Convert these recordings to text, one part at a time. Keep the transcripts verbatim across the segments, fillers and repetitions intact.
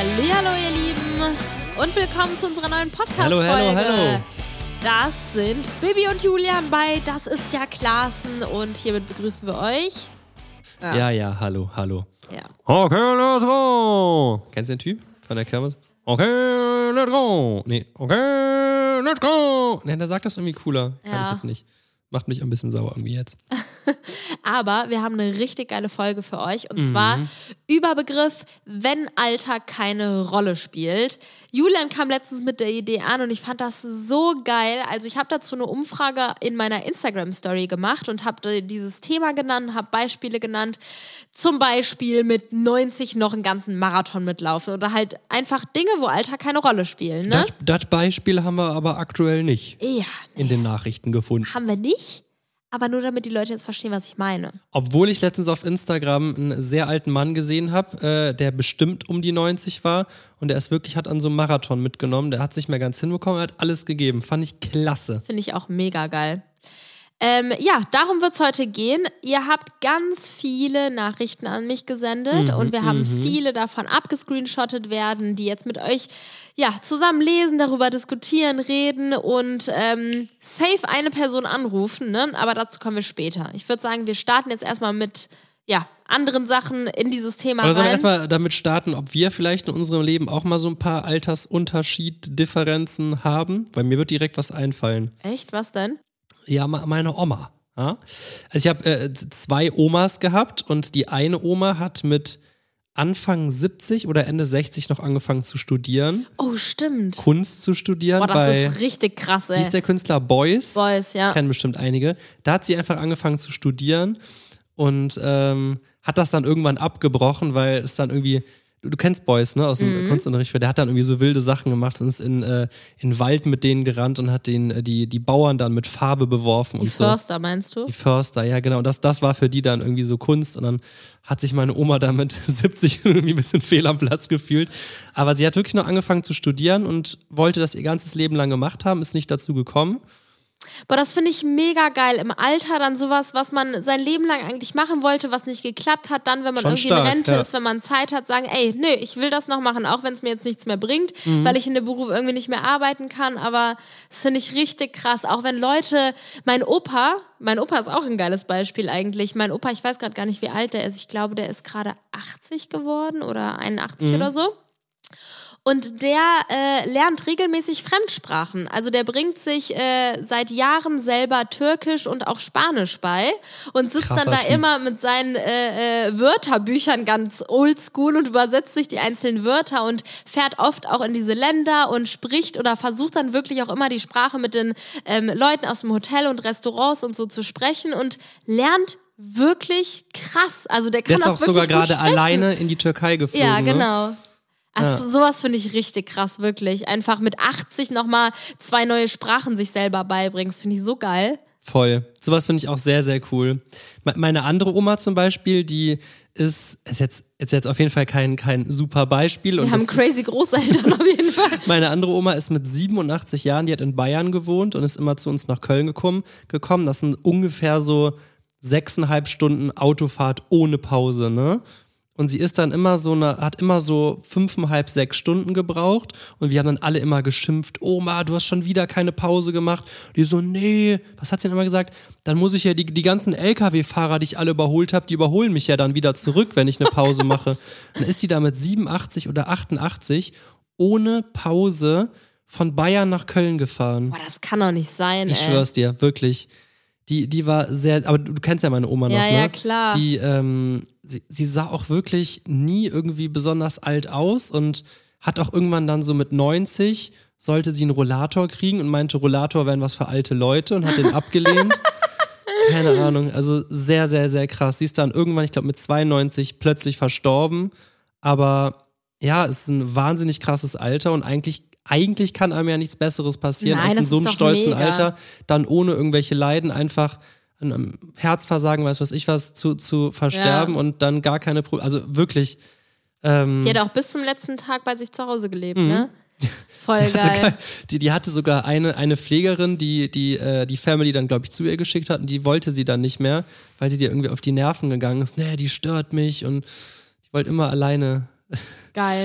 Hallihallo ihr Lieben und willkommen zu unserer neuen Podcast-Folge. Hallo, hallo, hallo. Das sind Bibi und Julian bei Das ist ja Klaassen und hiermit begrüßen wir euch. Ja, ja, ja hallo, hallo. Ja. Okay, let's go. Kennst du den Typ von der Kirmes? Okay, let's go. Nee, okay, let's go. Nee, der sagt das irgendwie cooler. Kann Ja. ich jetzt nicht. Macht mich ein bisschen sauer irgendwie jetzt. Aber wir haben eine richtig geile Folge für euch und Mhm. zwar Überbegriff, wenn Alter keine Rolle spielt. Julian kam letztens mit der Idee an und ich fand das so geil. Also ich habe dazu eine Umfrage in meiner Instagram-Story gemacht und habe dieses Thema genannt, habe Beispiele genannt. Zum Beispiel mit neunzig noch einen ganzen Marathon mitlaufen oder halt einfach Dinge, wo Alter keine Rolle spielen. Ne? Das, das Beispiel haben wir aber aktuell nicht Ja, in den Nachrichten gefunden. haben wir nicht. Aber nur damit die Leute jetzt verstehen, was ich meine. Obwohl ich letztens auf Instagram einen sehr alten Mann gesehen habe, äh, der bestimmt um die neunzig war und der es wirklich hat an so einem Marathon mitgenommen. Der hat sich mehr ganz hinbekommen, hat alles gegeben. Fand ich klasse. Finde ich auch mega geil. Ähm, ja, darum wird es heute gehen. Ihr habt ganz viele Nachrichten an mich gesendet Mhm, und wir haben mhm. viele davon abgescreenshottet werden, die jetzt mit euch ja, zusammen lesen, darüber diskutieren, reden und ähm, safe eine Person anrufen, ne? Aber dazu kommen wir später. Ich würde sagen, wir starten jetzt erstmal mit ja, anderen Sachen in dieses Thema Oder sollen wir rein. erstmal damit starten, ob wir vielleicht in unserem Leben auch mal so ein paar Altersunterschied, Differenzen haben? Weil mir wird direkt was einfallen. Echt? Was denn? Ja, ma- meine Oma. Ja? Also ich habe äh, zwei Omas gehabt und die eine Oma hat mit Anfang siebzig oder Ende sechzig noch angefangen zu studieren, Oh, stimmt. Kunst zu studieren. Boah, das bei, ist richtig krass, wie ey. ist der Künstler? Beuys. Boys, ja. Kennen bestimmt einige. Da hat sie einfach angefangen zu studieren und ähm, hat das dann irgendwann abgebrochen, weil es dann irgendwie, du, du kennst Beuys, ne, aus dem Mhm. Kunstunterricht, der hat dann irgendwie so wilde Sachen gemacht und ist in, äh, in den Wald mit denen gerannt und hat den, äh, die, die Bauern dann mit Farbe beworfen Die und so. Förster, meinst du? Die Förster, ja genau. Und das, das war für die dann irgendwie so Kunst und dann hat sich meine Oma da mit siebzig irgendwie ein bisschen fehl am Platz gefühlt. Aber sie hat wirklich noch angefangen zu studieren und wollte das ihr ganzes Leben lang gemacht haben, ist nicht dazu gekommen. Boah, das finde ich mega geil. Im Alter dann sowas, was man sein Leben lang eigentlich machen wollte, was nicht geklappt hat, dann, wenn man Schon irgendwie stark, in Rente ja. ist, wenn man Zeit hat, sagen, ey, nö, ich will das noch machen, auch wenn es mir jetzt nichts mehr bringt, Mhm. weil ich in dem Beruf irgendwie nicht mehr arbeiten kann. Aber das finde ich richtig krass. Auch wenn Leute, mein Opa, mein Opa ist auch ein geiles Beispiel eigentlich. Mein Opa, ich weiß gerade gar nicht, wie alt der ist. Ich glaube, der ist gerade achtzig geworden oder einundachtzig Mhm. oder so. Und der äh, lernt regelmäßig Fremdsprachen. Also der bringt sich äh, seit Jahren selber Türkisch und auch Spanisch bei und sitzt Krasser dann da Typ. immer mit seinen äh, äh, Wörterbüchern ganz oldschool und übersetzt sich die einzelnen Wörter und fährt oft auch in diese Länder und spricht oder versucht dann wirklich auch immer die Sprache mit den ähm, Leuten aus dem Hotel und Restaurants und so zu sprechen und lernt wirklich krass. Also der Der kann ist das auch sogar wirklich gut gerade sprechen. alleine in die Türkei geflogen. Ja, Ne? genau. Also Ja. sowas finde ich richtig krass, wirklich. Einfach mit achtzig nochmal zwei neue Sprachen sich selber beibringst, finde ich so geil. Voll. Sowas finde ich auch sehr, sehr cool. Me- Meine andere Oma zum Beispiel, die ist, ist jetzt, ist jetzt auf jeden Fall kein, kein super Beispiel. Wir und haben das, crazy Großeltern auf jeden Fall. meine andere Oma ist mit siebenundachtzig Jahren, die hat in Bayern gewohnt und ist immer zu uns nach Köln gekommen. gekommen. Das sind ungefähr so sechseinhalb Stunden Autofahrt ohne Pause, ne? Und sie ist dann immer so eine, hat immer so fünfeinhalb, sechs Stunden gebraucht und wir haben dann alle immer geschimpft, Oma, du hast schon wieder keine Pause gemacht. Die so, nee, was hat sie denn immer gesagt? Dann muss ich ja die, die ganzen L K W-Fahrer, die ich alle überholt habe, die überholen mich ja dann wieder zurück, wenn ich eine Pause mache. Dann ist die da mit siebenundachtzig oder achtundachtzig ohne Pause von Bayern nach Köln gefahren. Boah, das kann doch nicht sein, Ich ey. schwör's dir, wirklich. Die, die war sehr, aber du, du kennst ja meine Oma noch, Ja, ne? ja, klar. Die, ähm, sie, sie sah auch wirklich nie irgendwie besonders alt aus und hat auch irgendwann dann so mit neunzig, sollte sie einen Rollator kriegen und meinte, Rollator wären was für alte Leute und hat den abgelehnt. Keine Ahnung, also sehr, sehr, sehr krass. Sie ist dann irgendwann, ich glaube mit zweiundneunzig, plötzlich verstorben. Aber ja, es ist ein wahnsinnig krasses Alter und eigentlich Eigentlich kann einem ja nichts Besseres passieren, Nein, als in das so ist einem doch stolzen mega. Alter dann ohne irgendwelche Leiden einfach an einem Herzversagen, weiß was ich was, zu, zu versterben Ja. und dann gar keine Probleme. Also wirklich. Ähm, Die hat auch bis zum letzten Tag bei sich zu Hause gelebt, ne? Voll die, hatte, geil. kein- die, die hatte sogar eine, eine Pflegerin, die die, äh, die Family dann, glaube ich, zu ihr geschickt hat und die wollte sie dann nicht mehr, weil sie dir irgendwie auf die Nerven gegangen ist. Nee, die stört mich und die wollte immer alleine. Geil.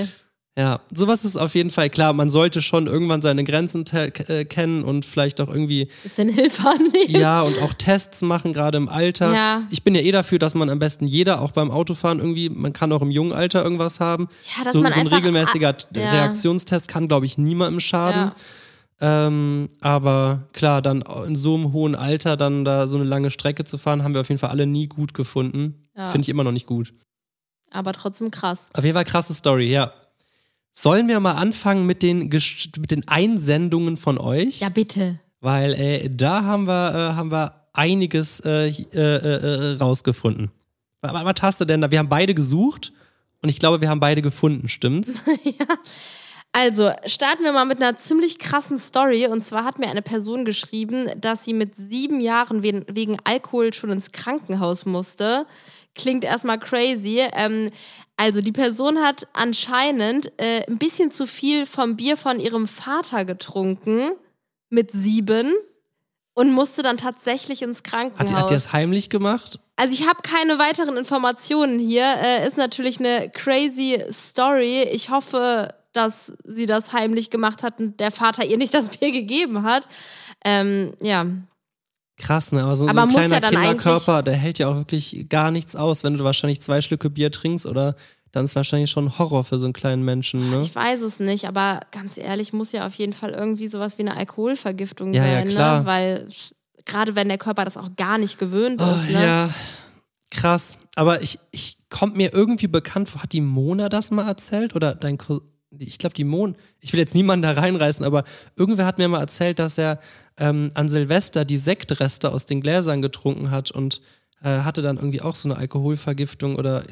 Ja, sowas ist auf jeden Fall klar. Man sollte schon irgendwann seine Grenzen te- äh, kennen und vielleicht auch irgendwie bisschen Hilfe annehmen. Ja, und auch Tests machen, gerade im Alter. Ja. Ich bin ja eh dafür, dass man am besten jeder, auch beim Autofahren irgendwie, man kann auch im jungen Alter irgendwas haben. Ja, dass so, man so ein einfach, regelmäßiger ah, ja. Reaktionstest kann, glaube ich, niemandem schaden. Ja. Ähm, aber klar, dann in so einem hohen Alter dann da so eine lange Strecke zu fahren, haben wir auf jeden Fall alle nie gut gefunden. Ja. Finde ich immer noch nicht gut. Aber trotzdem krass. Auf jeden Fall krasse Story, ja. Sollen wir mal anfangen mit den, Gest- mit den Einsendungen von euch? Ja, bitte. Weil äh, da haben wir, äh, haben wir einiges äh, äh, äh, rausgefunden. Was, was hast du denn da? Wir haben beide gesucht und ich glaube, wir haben beide gefunden, stimmt's? Ja. Also, starten wir mal mit einer ziemlich krassen Story. Und zwar hat mir eine Person geschrieben, dass sie mit sieben Jahren wegen, wegen Alkohol schon ins Krankenhaus musste. Klingt erstmal crazy. Ähm, also, die Person hat anscheinend äh, ein bisschen zu viel vom Bier von ihrem Vater getrunken. Mit sieben. Und musste dann tatsächlich ins Krankenhaus. Hat, hat die das heimlich gemacht? Also ich habe keine weiteren Informationen hier. Äh, ist natürlich eine crazy Story. Ich hoffe, dass sie das heimlich gemacht hat und der Vater ihr nicht das Bier gegeben hat. Ähm, ja. Krass, ne? Aber so, so Aber ein muss kleiner ja dann Kinderkörper, der hält ja auch wirklich gar nichts aus, wenn du wahrscheinlich zwei Schlücke Bier trinkst oder dann ist wahrscheinlich schon Horror für so einen kleinen Menschen, ne? Ich weiß es nicht, aber ganz ehrlich, muss ja auf jeden Fall irgendwie sowas wie eine Alkoholvergiftung Ja, ja, sein, klar. ne? Weil gerade wenn der Körper das auch gar nicht gewöhnt Oh, ist, ne? ja, krass. Aber ich, ich kommt mir irgendwie bekannt vor, hat die Mona das mal erzählt? Oder dein Cousin? Ich glaube, die Mona, ich will jetzt niemanden da reinreißen, aber irgendwer hat mir mal erzählt, dass er ähm, an Silvester die Sektreste aus den Gläsern getrunken hat und äh, hatte dann irgendwie auch so eine Alkoholvergiftung oder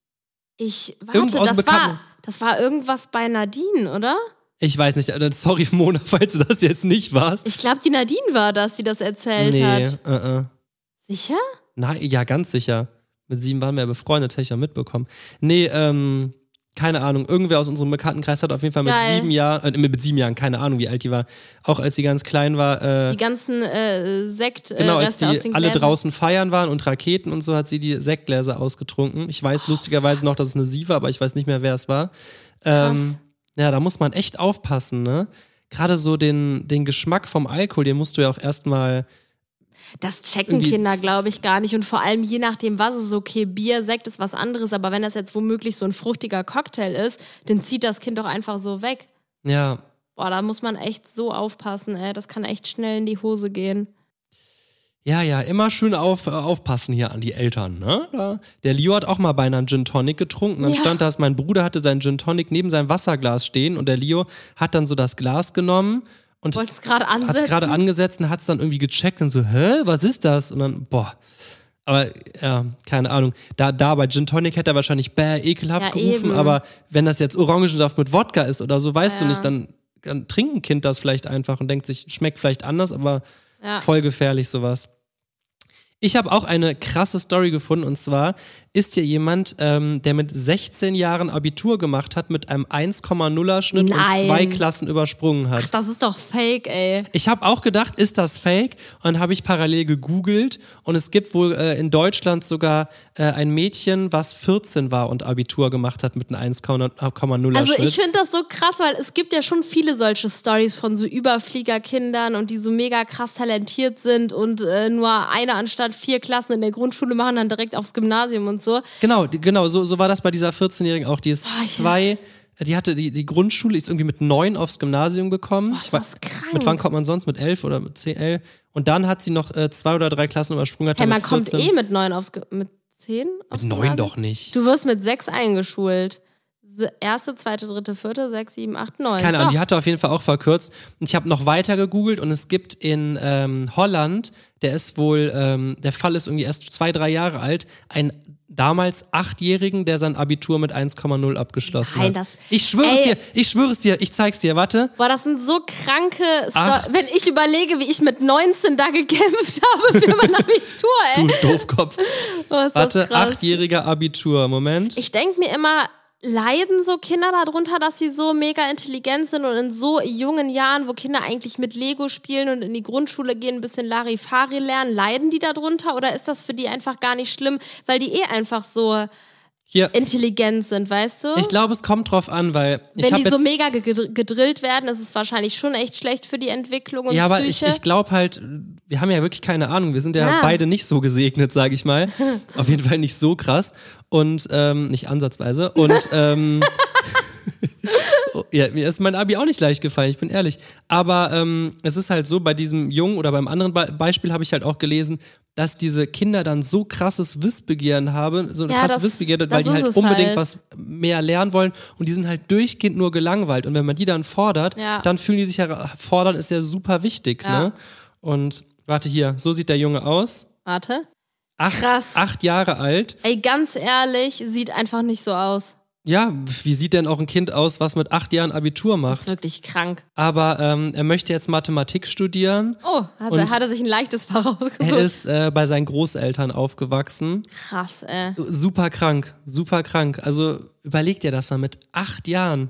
Ich, Irgendwo warte, aus dem das war, Bekannten- das war irgendwas bei Nadine, oder? ich weiß nicht, äh, sorry Mona, falls du das jetzt nicht warst. Ich glaube, die Nadine war das, die das erzählt nee, hat. äh, äh. Sicher? Nein, ja, ganz sicher. Mit sieben waren wir ja befreundet, hätte ich ja mitbekommen. Nee, ähm, keine Ahnung. Irgendwer aus unserem Bekanntenkreis hat auf jeden Fall mit Geil. sieben Jahren, äh, mit sieben Jahren, keine Ahnung, wie alt die war, auch als sie ganz klein war, äh, Die ganzen äh, Sekt äh, genau, als Reste aus die den alle Gläsern. draußen feiern waren und Raketen und so, hat sie die Sektgläser ausgetrunken. Ich weiß lustigerweise noch, dass es eine sie war, aber ich weiß nicht mehr, wer es war. Ähm, ja, da muss man echt aufpassen, ne? Gerade so den, den Geschmack vom Alkohol, den musst du ja auch erstmal Das checken irgendwie Kinder, z- glaube ich, gar nicht. Und vor allem je nachdem, was es ist, okay, Bier, Sekt ist was anderes, aber wenn das jetzt womöglich so ein fruchtiger Cocktail ist, dann zieht das Kind doch einfach so weg. ja, Boah, da muss man echt so aufpassen, ey. Das kann echt schnell in die Hose gehen. Ja, ja, immer schön auf, äh, aufpassen hier an die Eltern, ne? Da, der Leo hat auch mal beinahe einen Gin Tonic getrunken. Dann Ja. stand da, mein Bruder hatte seinen Gin Tonic neben seinem Wasserglas stehen und der Leo hat dann so das Glas genommen und Wollte es gerade hat es ansetzen. gerade angesetzt und hat es dann irgendwie gecheckt und so, hä, was ist das? Und dann, boah. Aber ja, keine Ahnung. Da, da bei Gin Tonic hätte er wahrscheinlich bäh, ekelhaft Ja, gerufen, eben. aber wenn das jetzt Orangensaft mit Wodka ist oder so, weißt Ja. du nicht, dann, dann trinkt ein Kind das vielleicht einfach und denkt sich, schmeckt vielleicht anders, aber Ja. voll gefährlich sowas. Ich habe auch eine krasse Story gefunden und zwar ist hier jemand, ähm, der mit sechzehn Jahren Abitur gemacht hat, mit einem eins Komma nuller Schnitt und Nein. zwei Klassen übersprungen hat. Ach, das ist doch fake, ey. Ich habe auch gedacht, ist das fake? Und dann habe ich parallel gegoogelt und es gibt wohl äh, in Deutschland sogar äh, ein Mädchen, was vierzehn war und Abitur gemacht hat mit einem eins Komma nuller Also Schnitt. ich finde das so krass, weil es gibt ja schon viele solche Stories von so Überfliegerkindern und die so mega krass talentiert sind und äh, nur eine anstatt vier Klassen in der Grundschule machen, dann direkt aufs Gymnasium und so. Genau, die, genau, so, so war das bei dieser vierzehnjährigen auch. Die ist Boah, ich- zwei, die hatte die, die Grundschule, ist irgendwie mit neun aufs Gymnasium gekommen. Boah, ist Ich wei- das krank. Mit wann kommt man sonst? Mit elf oder mit zehn, elf? Und dann hat sie noch äh, zwei oder drei Klassen übersprungen. Hat Hey, dann man mit kommt vierzehn eh mit neun aufs Ge mit zehn aufs Mit neun Gymnasium? doch nicht. Du wirst mit sechs eingeschult. Se- Erste, zweite, dritte, vierte, sechs, sieben, acht, neun. Keine Ahnung, Doch. die hatte auf jeden Fall auch verkürzt. Und ich habe noch weiter gegoogelt und es gibt in ähm, Holland, der ist wohl, ähm, der Fall ist irgendwie erst zwei, drei Jahre alt, ein damals Achtjährigen, der sein Abitur mit eins Komma null abgeschlossen Nein, hat. das- ich schwöre es Ey. dir, ich schwöre es dir, ich zeig's dir, warte. Boah, das sind so kranke Acht. Sto Wenn ich überlege, wie ich mit neunzehn da gekämpft habe für mein Abitur, ey. Du Doofkopf. Oh, ist das Warte, krass. achtjähriger Abitur, Moment. Ich denke mir immer, leiden so Kinder darunter, dass sie so mega intelligent sind und in so jungen Jahren, wo Kinder eigentlich mit Lego spielen und in die Grundschule gehen, ein bisschen Larifari lernen, leiden die darunter oder ist das für die einfach gar nicht schlimm, weil die eh einfach so Hier. intelligent sind, weißt du? Ich glaube, es kommt drauf an, weil ich Wenn habe die so jetzt, mega gedr- gedrillt werden, ist es wahrscheinlich schon echt schlecht für die Entwicklung und ja, aber ich, Psyche. ich glaube halt, wir haben ja wirklich keine Ahnung. Wir sind ja, Ja. beide nicht so gesegnet, sage ich mal. Auf jeden Fall nicht so krass und ähm, nicht ansatzweise. Und ähm, ja, mir ist mein Abi auch nicht leicht gefallen, ich bin ehrlich. Aber ähm, es ist halt so, bei diesem Jungen oder beim anderen Be- Beispiel habe ich halt auch gelesen, dass diese Kinder dann so krasses Wissbegehren haben, so eine Ja, krasse das- Wissbegierde, das weil die ist halt es unbedingt halt. was mehr lernen wollen und die sind halt durchgehend nur gelangweilt. Und wenn man die dann fordert, Ja. dann fühlen die sich ja, fordern ist ja super wichtig. Ja. Ne? Und warte hier, so sieht der Junge aus. Warte. Acht, Krass. acht Jahre alt. Ey, ganz ehrlich, sieht einfach nicht so aus. Ja, wie sieht denn auch ein Kind aus, was mit acht Jahren Abitur Das macht? ist wirklich krank. Aber ähm, er möchte jetzt Mathematik studieren. Oh, hat, Und er, hat er sich ein leichtes Paar rausgesucht. Er ist äh, bei seinen Großeltern aufgewachsen. Krass, ey. Super krank, super krank. Also überleg dir das mal mit acht Jahren.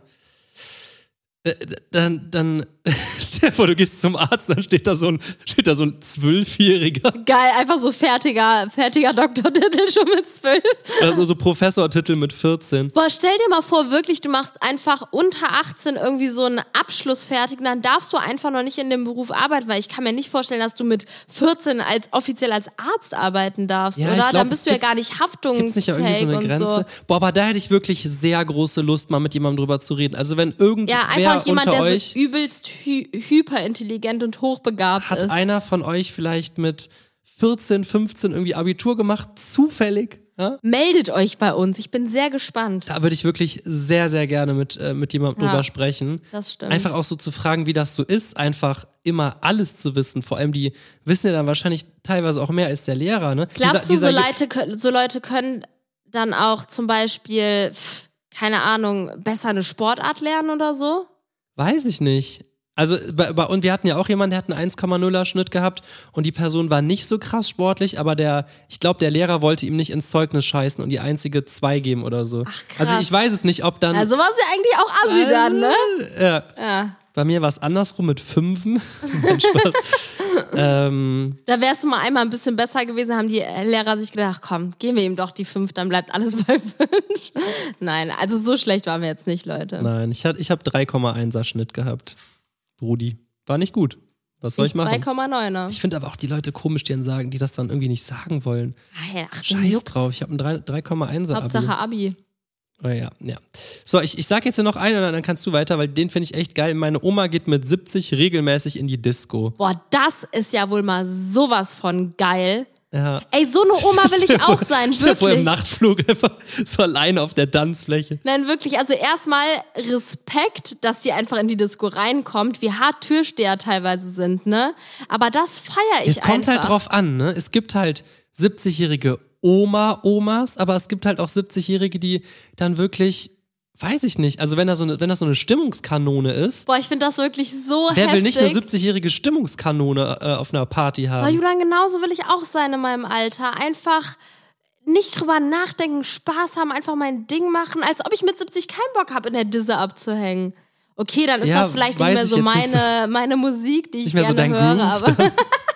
Äh, Dann, dann stell dir vor, du gehst zum Arzt, dann steht da so ein, steht da so ein Zwölfjähriger. Geil, einfach so fertiger, fertiger Doktortitel schon mit zwölf. Also so Professortitel mit vierzehn. Boah, stell dir mal vor, wirklich, du machst einfach unter achtzehn irgendwie so einen Abschluss fertig und dann darfst du einfach noch nicht in dem Beruf arbeiten, weil ich kann mir nicht vorstellen, dass du mit vierzehn als offiziell als Arzt arbeiten darfst, Ja, oder? ich glaub, dann bist es du ja gibt- gar nicht Gibt's nicht ja irgendwie so haftungsfähig eine und Grenze? so. Boah, aber da hätte ich wirklich sehr große Lust, mal mit jemandem drüber zu reden. Also wenn irgendwer Ja, einfach jemand, unter der euch so übelst hy hyperintelligent und hochbegabt hat ist. einer von euch vielleicht mit vierzehn, fünfzehn irgendwie Abitur gemacht, zufällig. Ja? Meldet euch bei uns, ich bin sehr gespannt. Da würde ich wirklich sehr, sehr gerne mit, äh, mit jemandem Ja, drüber sprechen. das stimmt. Einfach auch so zu fragen, wie das so ist, einfach immer alles zu wissen. Vor allem, die wissen ja dann wahrscheinlich teilweise auch mehr als der Lehrer. Ne? Glaubst Dieser- du, so dieser- Leute, kö- so Leute können dann auch zum Beispiel, pff, keine Ahnung, besser eine Sportart lernen oder so? Weiß ich nicht. Also, bei, bei, und wir hatten ja auch jemanden, der hat einen eins Komma nuller Schnitt gehabt und die Person war nicht so krass sportlich, aber der, ich glaube, der Lehrer wollte ihm nicht ins Zeugnis scheißen und die einzige zwei geben oder so. Ach, krass. Also ich weiß es nicht, ob dann. Also was ja eigentlich auch assi dann, ne? Ja. Ja. Bei mir war es andersrum mit Fünfen. Nein, Spaß. ähm, Da wärst du mal einmal ein bisschen besser gewesen, haben die Lehrer sich gedacht, komm, geben wir ihm doch die fünf, dann bleibt alles bei fünf. Nein, also so schlecht waren wir jetzt nicht, Leute. nein, ich, hat- ich habe drei Komma einser Schnitt gehabt. Brudi. War nicht gut. Was soll ich, Ich machen? zwei Komma neuner. Ich finde aber auch die Leute komisch, die dann sagen, die das dann irgendwie nicht sagen wollen. Ah ja, ach, Scheiß juckt. drauf, ich habe ein drei Komma einser Abi. Hauptsache Abi. Oh ja, ja. So, ich, ich sag jetzt hier noch einen und dann kannst du weiter, weil den finde ich echt geil. Meine Oma geht mit siebzig regelmäßig in die Disco. Boah, das ist ja wohl mal sowas von geil. Ja. Ey, so eine Oma will ich auch sein, Stell dir vor, im wirklich. Nachtflug einfach so alleine auf der Tanzfläche. Nein, wirklich. Also erstmal Respekt, dass die einfach in die Disco reinkommt, wie hart Türsteher teilweise sind, ne? Aber das feiere ich Es kommt einfach. halt drauf an, ne? Es gibt halt siebzigjährige Oma-Omas, aber es gibt halt auch siebzigjährige, die dann wirklich, weiß ich nicht, also wenn das so eine, wenn das so eine Stimmungskanone ist, Boah, ich finde das wirklich so wer heftig. will nicht eine siebzigjährige Stimmungskanone äh, auf einer Party Boah, haben? Julian, genauso will ich auch sein in meinem Alter. Einfach nicht drüber nachdenken, Spaß haben, einfach mein Ding machen, als ob ich mit siebzig keinen Bock habe, in der Disse abzuhängen. Okay, dann ist Ja, das vielleicht nicht weiß mehr ich so jetzt nicht meine, meine Musik, die ich Nicht mehr so gerne dein höre, Groove. aber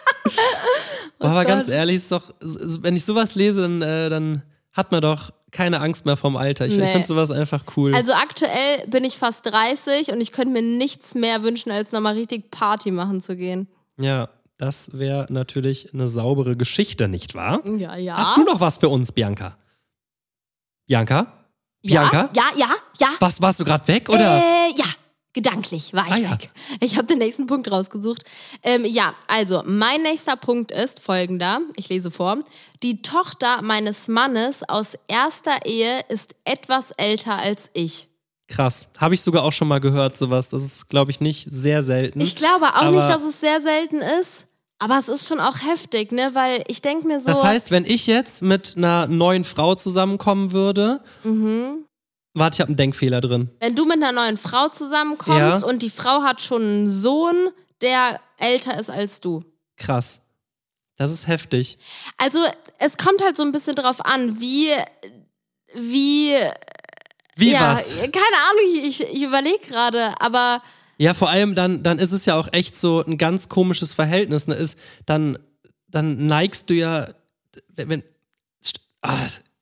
Boah, aber Gott. ganz ehrlich, ist doch, s- wenn ich sowas lese, dann, äh, dann hat man doch keine Angst mehr vom Alter. Ich, Nee. ich finde sowas einfach cool. also aktuell bin ich fast dreißig und ich könnte mir nichts mehr wünschen, als nochmal richtig Party machen zu gehen. ja, das wäre natürlich eine saubere Geschichte, nicht wahr? Ja, ja. Hast du noch was für uns, Bianca? Bianca? ja, Bianca? Ja, ja, ja. Was, warst du gerade weg, oder? Äh, ja, gedanklich war ich Ah, ja. weg. Ich habe den nächsten Punkt rausgesucht. Ähm, ja, also mein nächster Punkt ist folgender. Ich lese vor. Die Tochter meines Mannes aus erster Ehe ist etwas älter als ich. Krass. Habe ich sogar auch schon mal gehört, sowas. Das ist, glaube ich, nicht sehr selten. Ich glaube auch Aber- nicht, dass es sehr selten ist. Aber es ist schon auch heftig, ne? Weil ich denke mir so. Das heißt, wenn ich jetzt mit einer neuen Frau zusammenkommen würde, Mhm. warte, ich habe einen Denkfehler drin. wenn du mit einer neuen Frau zusammenkommst Ja. und die Frau hat schon einen Sohn, der älter ist als du. Krass. Das ist heftig. Also es kommt halt so ein bisschen drauf an, wie, wie, Wie ja, was? keine Ahnung, ich, ich überlege gerade, aber Ja, vor allem dann, dann ist es ja auch echt so ein ganz komisches Verhältnis. Ne? Ist, dann, dann neigst du ja, wenn, wenn ah,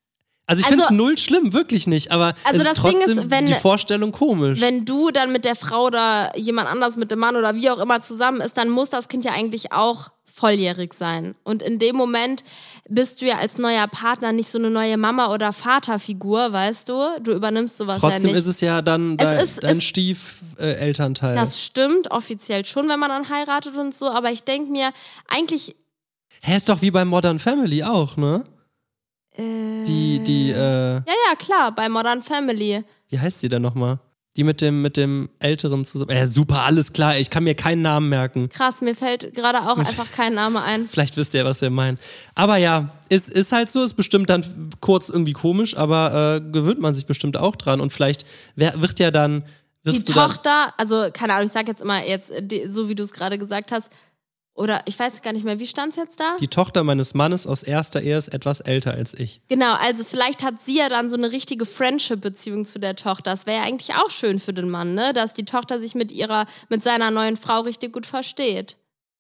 Also ich Also- finde es null schlimm, wirklich nicht, aber Also es das ist Ding trotzdem ist, wenn- die Vorstellung komisch. Wenn du dann mit der Frau oder jemand anders mit dem Mann oder wie auch immer zusammen ist, dann muss das Kind ja eigentlich auch volljährig sein. Und in dem Moment bist du ja als neuer Partner nicht so eine neue Mama- oder Vaterfigur, weißt du? Du übernimmst sowas ja Trotzdem nicht. ist es ja dann dein, ist- dein es- Stiefelternteil. Das stimmt offiziell schon, wenn man dann heiratet und so, aber ich denke mir, eigentlich... Hä, ist doch wie bei Modern Family auch, ne? Äh, Die, die, äh, ja, ja, klar, bei Modern Family. wie heißt sie denn nochmal? Die mit dem, mit dem Älteren zusammen. Äh, super, alles klar, ich kann mir keinen Namen merken. Krass, mir fällt gerade auch einfach kein Name ein. Vielleicht wisst ihr, was wir meinen. Aber ja, ist, ist halt so, ist bestimmt dann kurz irgendwie komisch, aber äh, gewöhnt man sich bestimmt auch dran. Und vielleicht wer, wird ja dann. Die wirst du dann, Tochter, also keine Ahnung, ich sag jetzt immer jetzt, äh, die, so wie du es gerade gesagt hast, oder ich weiß gar nicht mehr, wie stand es jetzt da? Die Tochter meines Mannes aus erster Ehe ist etwas älter als ich. Genau, also vielleicht hat sie ja dann so eine richtige Friendship-Beziehung zu der Tochter. Das wäre ja eigentlich auch schön für den Mann, ne? Dass die Tochter sich mit ihrer, mit seiner neuen Frau richtig gut versteht.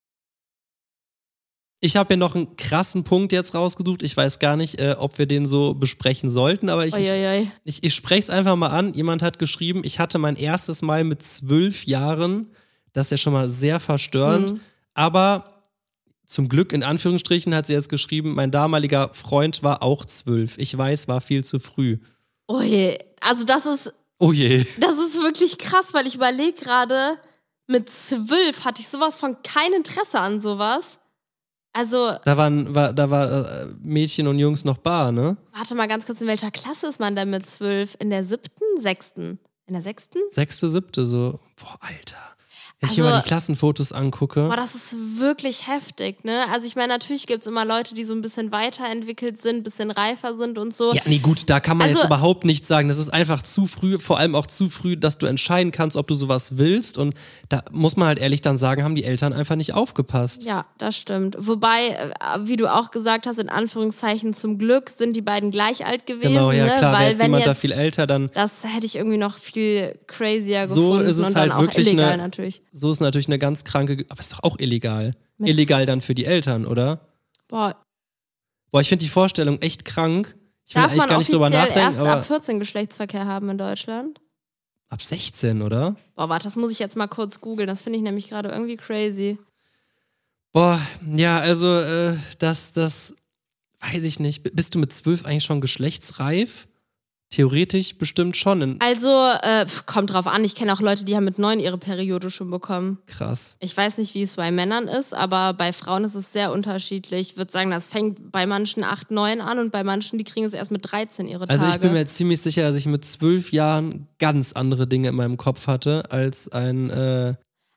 Ich habe hier noch einen krassen Punkt jetzt rausgesucht. Ich weiß gar nicht, äh, ob wir den so besprechen sollten, aber ich, ich, Uiuiui. ich, ich spreche es einfach mal an. Jemand hat geschrieben, ich hatte mein erstes Mal mit zwölf Jahren. Das ist ja schon mal sehr verstörend. Mhm. Aber zum Glück, in Anführungsstrichen, hat sie jetzt geschrieben, mein damaliger Freund war auch zwölf. Ich weiß, war viel zu früh. Oh je, also das ist, Oh je. das ist wirklich krass, weil ich überlege gerade, mit zwölf hatte ich sowas von kein Interesse an sowas. Also, Da waren, war, da war äh, Mädchen und Jungs noch bar, ne? warte mal ganz kurz, in welcher Klasse ist man denn mit zwölf? In der siebten? Sechsten? In der sechsten? Sechste, siebte, so. Boah, Alter. Wenn ich Also- mir mal die Klassenfotos angucke. Boah, das ist wirklich heftig, ne? Also ich meine, natürlich gibt es immer Leute, die so ein bisschen weiterentwickelt sind, ein bisschen reifer sind und so. Ja, nee, gut, da kann man Also- jetzt überhaupt nichts sagen. Das ist einfach zu früh, vor allem auch zu früh, dass du entscheiden kannst, ob du sowas willst. Und da muss man halt ehrlich dann sagen, haben die Eltern einfach nicht aufgepasst. Ja, das stimmt. Wobei, äh, wie du auch gesagt hast, in Anführungszeichen zum Glück sind die beiden gleich alt gewesen. Genau, ja ne? klar, wäre Weil jetzt wenn jemand jetzt, da viel älter, dann das hätte ich irgendwie noch viel crazier So gefunden ist es und halt dann auch wirklich illegal eine- natürlich. so ist natürlich eine ganz kranke, aber ist doch auch illegal. Mit- Illegal dann für die Eltern, oder? Boah, Boah, ich finde die Vorstellung echt krank. Ich will darf eigentlich man gar nicht drüber offiziell nachdenken, erst aber ab vierzehn Geschlechtsverkehr haben in Deutschland? ab sechzehn, oder? Boah, warte, das muss ich jetzt mal kurz googeln. Das finde ich nämlich gerade irgendwie crazy. Boah, ja, also äh, das, das weiß ich nicht. B- Bist du mit zwölf eigentlich schon geschlechtsreif? Theoretisch bestimmt schon. In, Also, äh, pf, kommt drauf an. Ich kenne auch Leute, die haben mit neun ihre Periode schon bekommen. krass. Ich weiß nicht, wie es bei Männern ist, aber bei Frauen ist es sehr unterschiedlich. Ich würde sagen, das fängt bei manchen acht, neun an und bei manchen, die kriegen es erst mit dreizehn ihre Tage. Also ich bin mir jetzt ziemlich sicher, dass ich mit zwölf Jahren ganz andere Dinge in meinem Kopf hatte, als einen äh,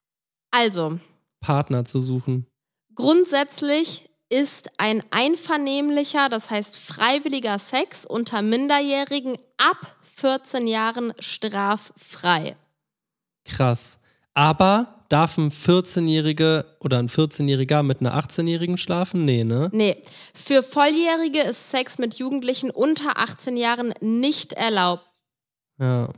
also, Partner zu suchen. grundsätzlich ist ein einvernehmlicher, das heißt freiwilliger Sex unter Minderjährigen ab vierzehn Jahren straffrei. Krass. Aber darf ein vierzehnjähriger oder ein vierzehnjähriger mit einer achtzehnjährigen schlafen? Nee, ne? Nee, für Volljährige ist Sex mit Jugendlichen unter achtzehn Jahren nicht erlaubt. Ja.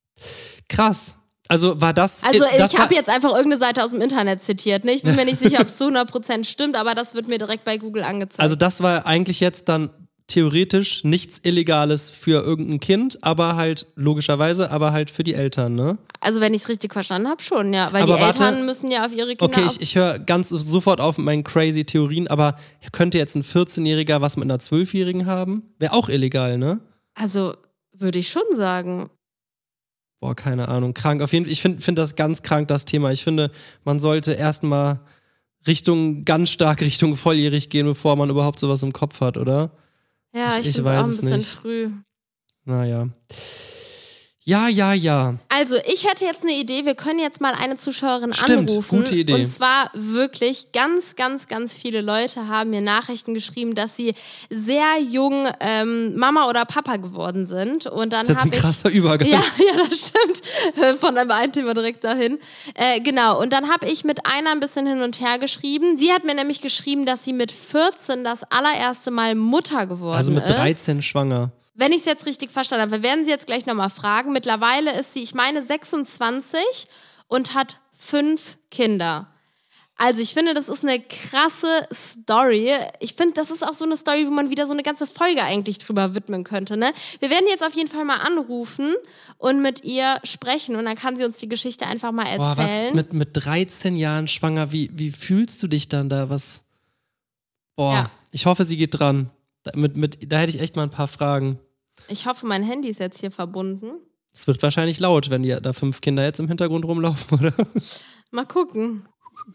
Krass. Also war das. Also das ich war- habe jetzt einfach irgendeine Seite aus dem Internet zitiert. Ne? Ich bin mir nicht sicher, ob es zu hundert Prozent stimmt, aber das wird mir direkt bei Google angezeigt. Also das war eigentlich jetzt dann theoretisch nichts Illegales für irgendein Kind, aber halt logischerweise, aber halt für die Eltern, ne? Also wenn ich es richtig verstanden habe, schon, ja. Weil Aber die warte. Eltern müssen ja auf ihre Kinder Okay, auf... ich, ich höre ganz sofort auf mit meinen crazy Theorien, aber könnte jetzt ein vierzehnjähriger was mit einer zwölfjährigen haben? Wäre auch illegal, ne? Also würde ich schon sagen. Boah, keine Ahnung, krank. Auf jeden Fall, ich finde find das ganz krank, das Thema. Ich finde, man sollte erstmal Richtung, ganz stark Richtung volljährig gehen, bevor man überhaupt sowas im Kopf hat, oder? Ja, Ich- ich, ich finde es auch weiß ein es bisschen nicht. früh. Naja. Ja, ja, ja. Also, ich hätte jetzt eine Idee, wir können jetzt mal eine Zuschauerin Stimmt, anrufen. gute Idee. Und zwar wirklich ganz, ganz, ganz viele Leute haben mir Nachrichten geschrieben, dass sie sehr jung ähm, Mama oder Papa geworden sind. Und dann Das ist jetzt habe ein ich... krasser Übergang. Ja, ja, das stimmt. Von einem einen Thema direkt dahin. Äh, genau, und dann habe ich mit einer ein bisschen hin und her geschrieben. Sie hat mir nämlich geschrieben, dass sie mit vierzehn das allererste Mal Mutter geworden Also mit ist. dreizehn schwanger. Wenn ich es jetzt richtig verstanden habe, wir werden sie jetzt gleich nochmal fragen. Mittlerweile ist sie, ich meine, sechsundzwanzig und hat fünf Kinder. Also ich finde, das ist eine krasse Story. Ich finde, das ist auch so eine Story, wo man wieder so eine ganze Folge eigentlich drüber widmen könnte. Ne? Wir werden jetzt auf jeden Fall mal anrufen und mit ihr sprechen und dann kann sie uns die Geschichte einfach mal erzählen. Boah, was mit, mit dreizehn Jahren schwanger, wie, wie fühlst du dich dann da? Was? Boah, ja. Ich hoffe, sie geht dran. Da, mit, mit, da hätte ich echt mal ein paar Fragen. Ich hoffe, mein Handy ist jetzt hier verbunden. Es wird wahrscheinlich laut, wenn die, da fünf Kinder jetzt im Hintergrund rumlaufen, oder? Mal gucken.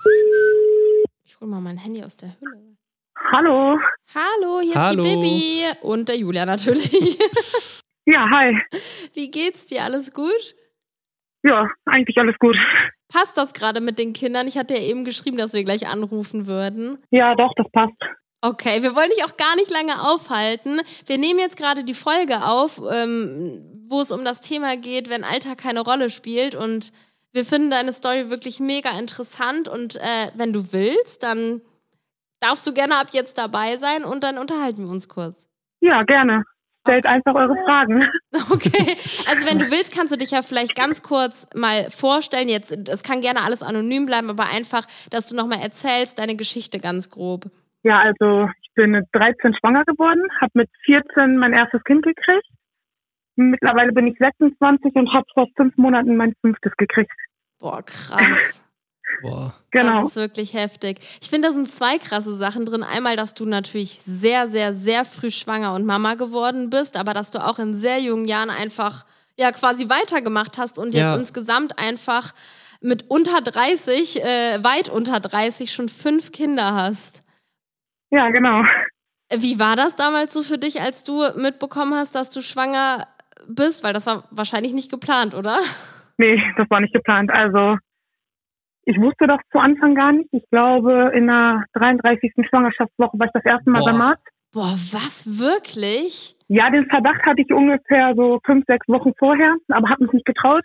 Ich hol mal mein Handy aus der Hülle. Hallo. Hallo, hier Hallo. ist die Bibi und der Julia natürlich. Ja, hi. Wie geht's dir? Alles gut? Ja, eigentlich alles gut. Passt das gerade mit den Kindern? Ich hatte ja eben geschrieben, dass wir gleich anrufen würden. Ja, doch, das passt. Okay, wir wollen dich auch gar nicht lange aufhalten. Wir nehmen jetzt gerade die Folge auf, ähm, wo es um das Thema geht, wenn Alter keine Rolle spielt. Und wir finden deine Story wirklich mega interessant. Und äh, wenn du willst, dann darfst du gerne ab jetzt dabei sein und dann unterhalten wir uns kurz. Ja, gerne. Stellt okay. einfach eure Fragen. Okay, also wenn du willst, kannst du dich ja vielleicht ganz kurz mal vorstellen. Jetzt, es kann gerne alles anonym bleiben, aber einfach, dass du nochmal erzählst, deine Geschichte ganz grob. Ja, also ich bin mit dreizehn schwanger geworden, habe mit vierzehn mein erstes Kind gekriegt. Mittlerweile bin ich sechsundzwanzig und habe vor fünf Monaten mein fünftes gekriegt. Boah, krass. Boah. Genau. Das ist wirklich heftig. Ich finde, da sind zwei krasse Sachen drin. Einmal, dass du natürlich sehr, sehr, sehr früh schwanger und Mama geworden bist, aber dass du auch in sehr jungen Jahren einfach ja quasi weitergemacht hast und jetzt ja. insgesamt einfach mit unter dreißig, äh, weit unter dreißig schon fünf Kinder hast. Ja, genau. Wie war das damals so für dich, als du mitbekommen hast, dass du schwanger bist? Weil das war wahrscheinlich nicht geplant, oder? Nee, das war nicht geplant. Also ich wusste das zu Anfang gar nicht. Ich glaube, in der dreiunddreißigsten Schwangerschaftswoche war ich das erste Mal Boah. beim Arzt. Boah, was? Wirklich? Ja, den Verdacht hatte ich ungefähr so fünf, sechs Wochen vorher, aber habe mich nicht getraut.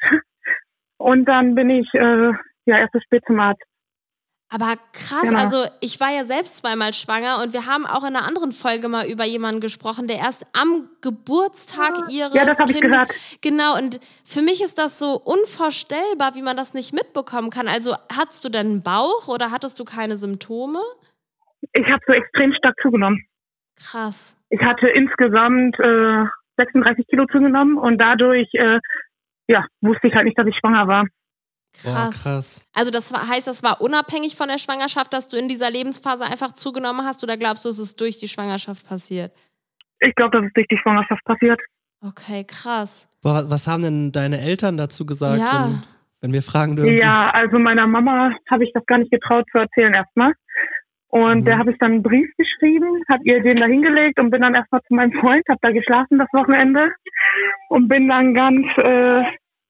Und dann bin ich äh, ja erst so spät zum Arzt. Aber krass, genau. Also ich war ja selbst zweimal schwanger und wir haben auch in einer anderen Folge mal über jemanden gesprochen, der erst am Geburtstag ihres ja, das hab ich Kindes... gehört. Genau, und für mich ist das so unvorstellbar, wie man das nicht mitbekommen kann. Also hattest du denn einen Bauch oder hattest du keine Symptome? Ich habe so extrem stark zugenommen. Krass. Ich hatte insgesamt äh, sechsunddreißig Kilo zugenommen und dadurch äh, ja, wusste ich halt nicht, dass ich schwanger war. Krass. Boah, krass. Also das war, heißt, das war unabhängig von der Schwangerschaft, dass du in dieser Lebensphase einfach zugenommen hast, oder glaubst du, es ist durch die Schwangerschaft passiert? Ich glaube, das ist durch die Schwangerschaft passiert. Okay, krass. Boah, was haben denn deine Eltern dazu gesagt, Ja. wenn, wenn wir fragen dürfen? Ja, also meiner Mama habe ich das gar nicht getraut zu erzählen erstmal. Und Mhm. der habe ich dann einen Brief geschrieben, habe ihr den da hingelegt und bin dann erstmal zu meinem Freund, habe da geschlafen das Wochenende und bin dann ganz, äh,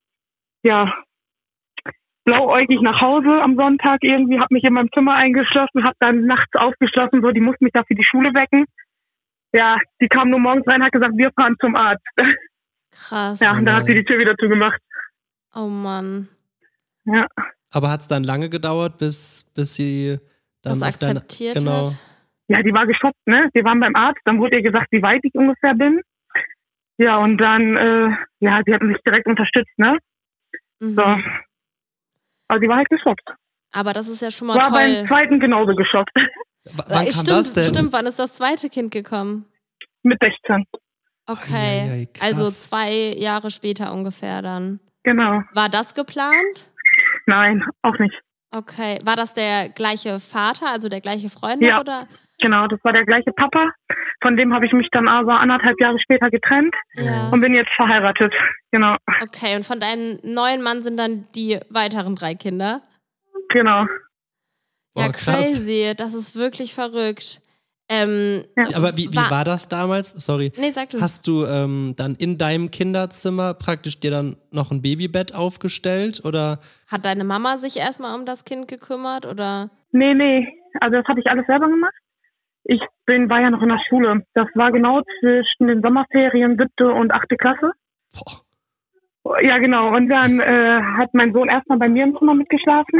ja, blauäugig nach Hause am Sonntag irgendwie, habe mich in meinem Zimmer eingeschlossen, habe dann nachts aufgeschlossen, so, die mussten mich da für die Schule wecken. Ja, die kam nur morgens rein, hat gesagt, wir fahren zum Arzt. Krass. Ja, und da hat sie die Tür wieder zugemacht. Oh Mann. Ja. Aber hat es dann lange gedauert, bis, bis sie dann Das auf deine, akzeptiert genau. hat? Ja, die war geschockt, ne? Wir waren beim Arzt, dann wurde ihr gesagt, wie weit ich ungefähr bin. Ja, und dann, äh, ja, sie hatten sich direkt unterstützt, ne? Mhm. So. Aber sie war halt geschockt. Aber das ist ja schon mal War toll. beim zweiten genauso geschockt. W- Wann kam stimmt, das denn? stimmt, wann ist das zweite Kind gekommen? Mit sechzehn. Okay, Eieiei, krass. also zwei Jahre später ungefähr dann. Genau. War das geplant? Nein, auch nicht. Okay, war das der gleiche Vater, also der gleiche Freund Ja. noch, oder? Genau, das war der gleiche Papa. Von dem habe ich mich dann aber anderthalb Jahre später getrennt Ja. und bin jetzt verheiratet. Genau, Okay, und von deinem neuen Mann sind dann die weiteren drei Kinder? genau. Ja, Boah, krass. crazy. Das ist wirklich verrückt. Ähm, Ja. Aber wie, wie War- war das damals? Sorry. Nee, sag du. Hast du ähm, dann in deinem Kinderzimmer praktisch dir dann noch ein Babybett aufgestellt oder? Hat deine Mama sich erstmal um das Kind gekümmert, oder? Nee, nee, also das habe ich alles selber gemacht. Ich bin, war ja noch in der Schule. Das war genau zwischen den Sommerferien, siebte und achte Klasse. Boah. Ja, genau. Und dann äh, hat mein Sohn erstmal bei mir im Zimmer mitgeschlafen.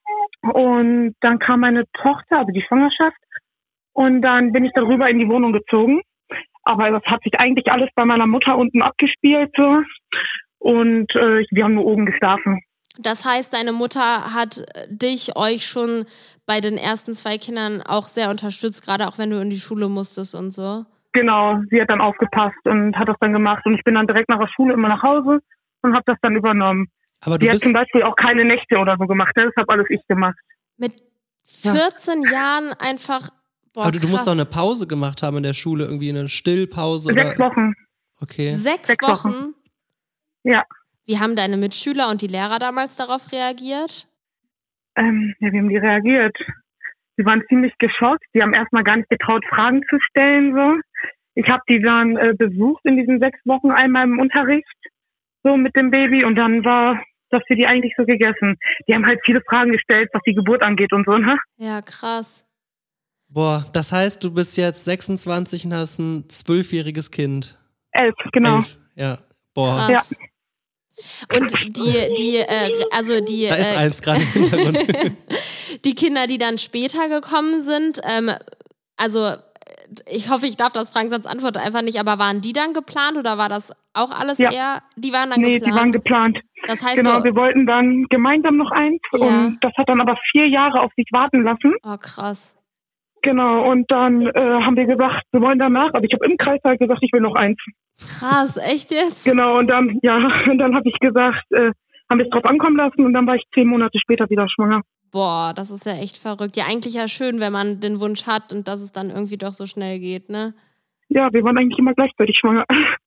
Und dann kam meine Tochter, also die Schwangerschaft. Und dann bin ich darüber in die Wohnung gezogen. Aber das hat sich eigentlich alles bei meiner Mutter unten abgespielt. So. Und äh, wir haben nur oben geschlafen. Das heißt, deine Mutter hat dich, euch schon bei den ersten zwei Kindern auch sehr unterstützt, gerade auch wenn du in die Schule musstest und so. Genau, sie hat dann aufgepasst und hat das dann gemacht. Und ich bin dann direkt nach der Schule immer nach Hause und habe das dann übernommen. Aber du sie hat bist zum Beispiel auch keine Nächte oder so gemacht. Ne? Das habe alles ich gemacht. Mit vierzehn ja. Jahren einfach, boah, Aber du, du musst krass. doch eine Pause gemacht haben in der Schule, irgendwie eine Stillpause. Sechs oder? Wochen. Okay. Sechs, Sechs Wochen? Wochen. Ja. Wie haben deine Mitschüler und die Lehrer damals darauf reagiert? Ähm, ja, wie haben die reagiert? Die waren ziemlich geschockt. Die haben erstmal gar nicht getraut, Fragen zu stellen. So. Ich habe die dann äh, besucht in diesen sechs Wochen einmal im Unterricht, so mit dem Baby. Und dann war das für die eigentlich so gegessen. Die haben halt viele Fragen gestellt, was die Geburt angeht und so, ne? Ja, krass. Boah, das heißt, du bist jetzt sechsundzwanzig und hast ein zwölfjähriges Kind. Elf, genau. Elf, ja. Boah. Krass. Ja. Und die, die, äh, also die, Da ist äh, eins gerade im Hintergrund. die Kinder, die dann später gekommen sind, ähm, also ich hoffe, ich darf das fragen, sonst antworte einfach nicht, aber waren die dann geplant oder war das auch alles Ja. eher, die waren dann Nee, geplant? die waren geplant. Das heißt, Genau, du, wir wollten dann gemeinsam noch eins. Ja. Und das hat dann aber vier Jahre auf sich warten lassen. oh krass. Genau, und dann äh, haben wir gesagt, wir wollen danach, aber ich habe im Kreis halt gesagt, ich will noch eins. Krass, echt jetzt? Genau, und dann, ja, und dann habe ich gesagt, äh, haben wir es drauf ankommen lassen und dann war ich zehn Monate später wieder schwanger. Boah, das ist ja echt verrückt. Ja, eigentlich ja schön, wenn man den Wunsch hat und dass es dann irgendwie doch so schnell geht, ne? Ja, wir waren eigentlich immer gleichzeitig schwanger.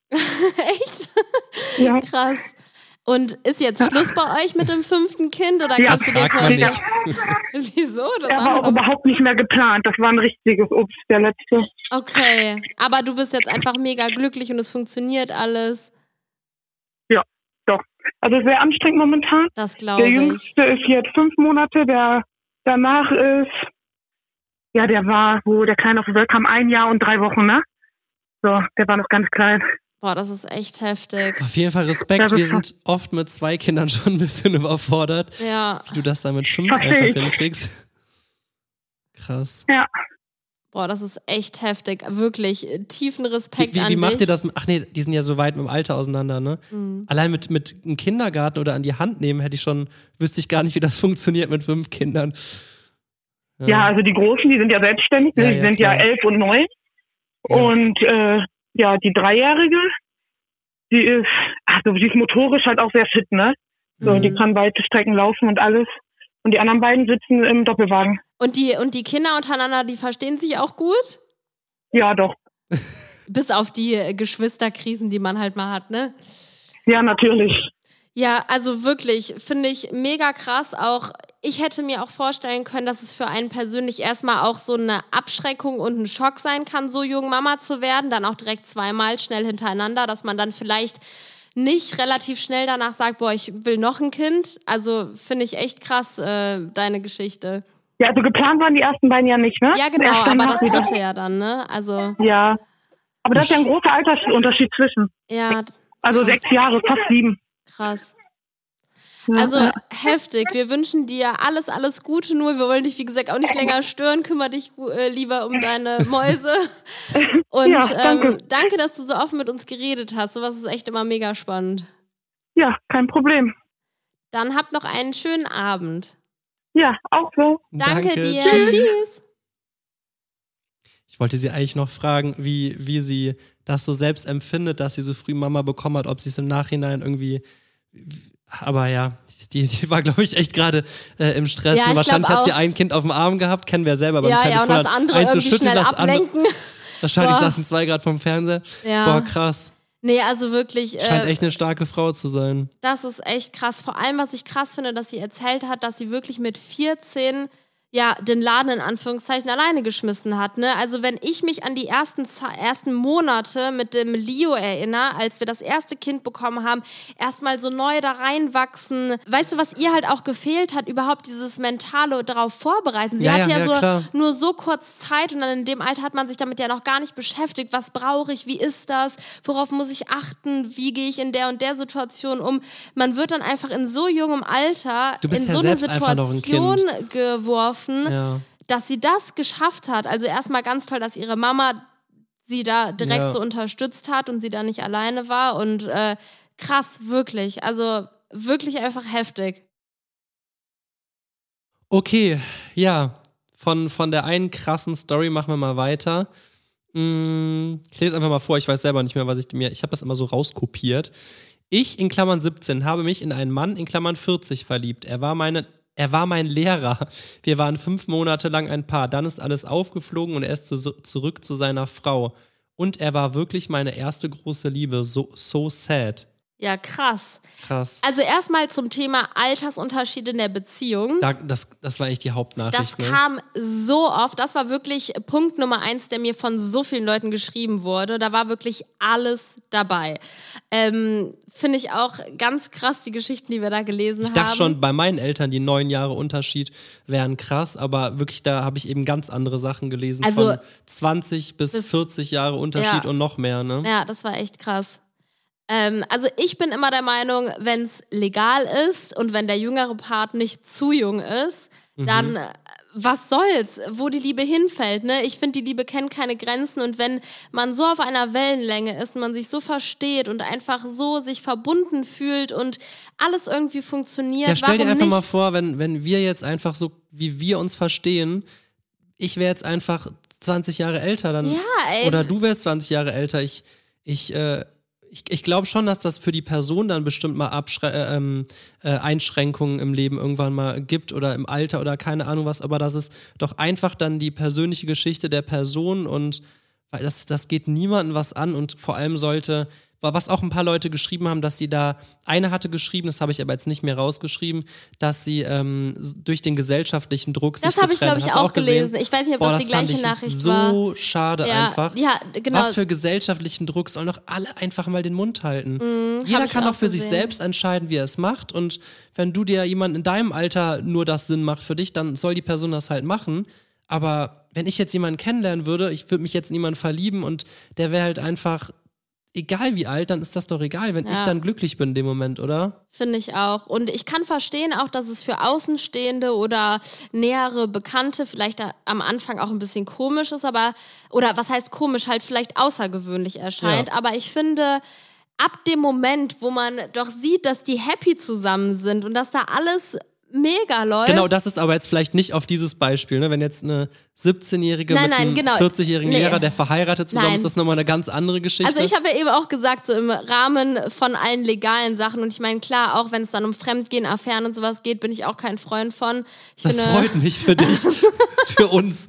Echt? Ja. Krass. Und ist jetzt Schluss bei euch mit dem fünften Kind oder Ja, kannst du dir fragt man vorstellen? nicht. Wieso? Das Er war war auch überhaupt nicht mehr geplant. Das war ein richtiges Obst, der letzte. okay, aber du bist jetzt einfach mega glücklich und es funktioniert alles. Ja, doch. Also sehr anstrengend momentan. Das glaube Der ich. Jüngste ist jetzt fünf Monate, der danach ist, ja, der war, wo der Kleine auf die Welt kam, ein Jahr und drei Wochen, ne? So, der war noch ganz klein. Boah, das ist echt heftig. Auf jeden Fall Respekt. Ja, Wir sind oft mit zwei Kindern schon ein bisschen überfordert. Ja. Wie du das dann mit fünf Versteh einfach ich. hinkriegst. Krass. Ja. Boah, das ist echt heftig. Wirklich äh, tiefen Respekt Wie, wie, an wie macht dich. ihr das? Ach nee, die sind ja so weit mit dem Alter auseinander, ne? Mhm. Allein mit, mit einem Kindergarten oder an die Hand nehmen hätte ich schon, wüsste ich gar nicht, wie das funktioniert mit fünf Kindern. Ja, also die Großen, die sind ja selbstständig, ne? Ja, die ja, sind klar. ja elf und neun. Ja. Und äh, ja, die Dreijährige, die ist, also die ist motorisch halt auch sehr fit, ne? So, Mhm. die kann weite Strecken laufen und alles. Und die anderen beiden sitzen im Doppelwagen. Und die, und die Kinder untereinander, die verstehen sich auch gut? Ja, doch. Bis auf die äh, Geschwisterkrisen, die man halt mal hat, ne? Ja, natürlich. Ja, also wirklich, finde ich mega krass. Auch ich hätte mir auch vorstellen können, dass es für einen persönlich erstmal auch so eine Abschreckung und ein Schock sein kann, so jung Mama zu werden. Dann auch direkt zweimal schnell hintereinander, dass man dann vielleicht nicht relativ schnell danach sagt, boah, ich will noch ein Kind. Also finde ich echt krass, äh, deine Geschichte. Ja, also geplant waren die ersten beiden ja nicht, ne? Ja, genau, Erst aber danach das wieder. dritte ja dann, ne? Also, Ja. Aber da ist ja ein großer Altersunterschied zwischen. ja, Also krass. sechs Jahre, fast sieben. krass. Ja, Also ja. heftig. Wir wünschen dir alles, alles Gute. Nur wir wollen dich, wie gesagt, auch nicht länger stören. Kümmere dich äh, lieber um deine Mäuse. Und Ja, danke. Ähm, danke, dass du so offen mit uns geredet hast. Sowas ist echt immer mega spannend. Ja, kein Problem. Dann habt noch einen schönen Abend. Ja, auch so. Danke, dir. Tschüss. Tschüss. Ich wollte sie eigentlich noch fragen, wie, wie sie das so selbst empfindet, dass sie so früh Mama bekommen hat, ob sie es im Nachhinein irgendwie. Aber ja, die, die war, glaube ich, echt gerade äh, im Stress. Ja, Und ich wahrscheinlich glaub hat sie auch. ein Kind auf dem Arm gehabt, kennen wir ja selber beim Ja, ja, und Telefonat. das andere Eins so irgendwie schütteln, schnell das andere- ablenken. Wahrscheinlich Boah. saßen zwei gerade vom Fernseher. Ja. Boah, krass. Nee, also wirklich. Scheint Äh, echt eine starke Frau zu sein. Das ist echt krass. Vor allem, was ich krass finde, dass sie erzählt hat, dass sie wirklich mit vierzehn ja, den Laden in Anführungszeichen alleine geschmissen hat. Ne? Also wenn ich mich an die ersten, ersten Monate mit dem Leo erinnere, als wir das erste Kind bekommen haben, erstmal so neu da reinwachsen. Weißt du, was ihr halt auch gefehlt hat? Überhaupt dieses mentale darauf vorbereiten. Sie Ja, hatte ja, ja, ja, so klar. nur so kurz Zeit und dann in dem Alter hat man sich damit ja noch gar nicht beschäftigt. Was brauche ich? Wie ist das? Worauf muss ich achten? Wie gehe ich in der und der Situation um? Man wird dann einfach in so jungem Alter Du bist in ja so eine selbst einfach noch ein Situation Kind. geworfen, Ja. dass sie das geschafft hat. Also erstmal ganz toll, dass ihre Mama sie da direkt Ja. so unterstützt hat und sie da nicht alleine war. Und äh, krass, wirklich. Also wirklich einfach heftig. Okay, ja, von, von der einen krassen Story machen wir mal weiter. Hm, ich lese einfach mal vor, ich weiß selber nicht mehr, was ich mir, ich habe das immer so rauskopiert. Ich, in Klammern siebzehn, habe mich in einen Mann, in Klammern vierzig, verliebt. Er war meine, er war mein Lehrer. Wir waren fünf Monate lang ein Paar. Dann ist alles aufgeflogen und er ist zu, zurück zu seiner Frau. Und er war wirklich meine erste große Liebe. So, so sad. Ja, krass. Krass. Also erstmal zum Thema Altersunterschiede in der Beziehung. Da, das, das war echt die Hauptnachricht. Das ne? kam so oft. Das war wirklich Punkt Nummer eins, der mir von so vielen Leuten geschrieben wurde. Da war wirklich alles dabei. Ähm, Finde ich auch ganz krass, die Geschichten, die wir da gelesen haben. Ich dachte schon, bei meinen Eltern die neun Jahre Unterschied wären krass, aber wirklich, da habe ich eben ganz andere Sachen gelesen. Also, von zwanzig bis, bis vierzig Jahre Unterschied ja. und noch mehr. Ne? Ja, das war echt krass. Ähm, also ich bin immer der Meinung, wenn es legal ist und wenn der jüngere Part nicht zu jung ist, mhm. dann äh, was soll's, wo die Liebe hinfällt. Ne? Ich finde, die Liebe kennt keine Grenzen und wenn man so auf einer Wellenlänge ist und man sich so versteht und einfach so sich verbunden fühlt und alles irgendwie funktioniert, ja, stell dir warum einfach nicht? mal vor, wenn, wenn wir jetzt einfach so, wie wir uns verstehen, ich wäre jetzt einfach zwanzig Jahre älter, dann ja, ey. oder du wärst zwanzig Jahre älter, ich, ich, äh, Ich, ich glaube schon, dass das für die Person dann bestimmt mal Abschre- äh, ähm, äh, Einschränkungen im Leben irgendwann mal gibt oder im Alter oder keine Ahnung was, aber das ist doch einfach dann die persönliche Geschichte der Person und weil das, das geht niemandem was an und vor allem sollte, was auch ein paar Leute geschrieben haben, dass sie da, eine hatte geschrieben, das habe ich aber jetzt nicht mehr rausgeschrieben, dass sie ähm, durch den gesellschaftlichen Druck sich Das habe ich, glaube ich, Hast du auch gelesen. gesehen? Ich weiß nicht, ob Boah, das die fand gleiche ich Nachricht so war. So schade ja, einfach. Ja, genau. Was für gesellschaftlichen Druck, sollen doch alle einfach mal den Mund halten. Mm, Jeder kann doch für gesehen. sich selbst entscheiden, wie er es macht und wenn du dir jemanden in deinem Alter nur das Sinn macht für dich, dann soll die Person das halt machen. Aber wenn ich jetzt jemanden kennenlernen würde, ich würde mich jetzt in jemanden verlieben und der wäre halt einfach, egal wie alt, dann ist das doch egal, wenn ja. ich dann glücklich bin in dem Moment, oder? Finde ich auch. Und ich kann verstehen auch, dass es für Außenstehende oder nähere Bekannte vielleicht am Anfang auch ein bisschen komisch ist, aber, oder was heißt komisch, halt vielleicht außergewöhnlich erscheint. Ja. Aber ich finde, ab dem Moment, wo man doch sieht, dass die happy zusammen sind und dass da alles mega läuft. Genau, das ist aber jetzt vielleicht nicht auf dieses Beispiel, ne? Wenn jetzt eine siebzehnjährige nein, mit nein, einem genau. vierzigjährigen nee. Lehrer, der verheiratet zusammen nein. ist, das nochmal eine ganz andere Geschichte. Also ich habe ja eben auch gesagt, so im Rahmen von allen legalen Sachen und ich meine, klar, auch wenn es dann um Fremdgehen, Affären und sowas geht, bin ich auch kein Freund von. Ich das finde, freut mich für dich, für uns.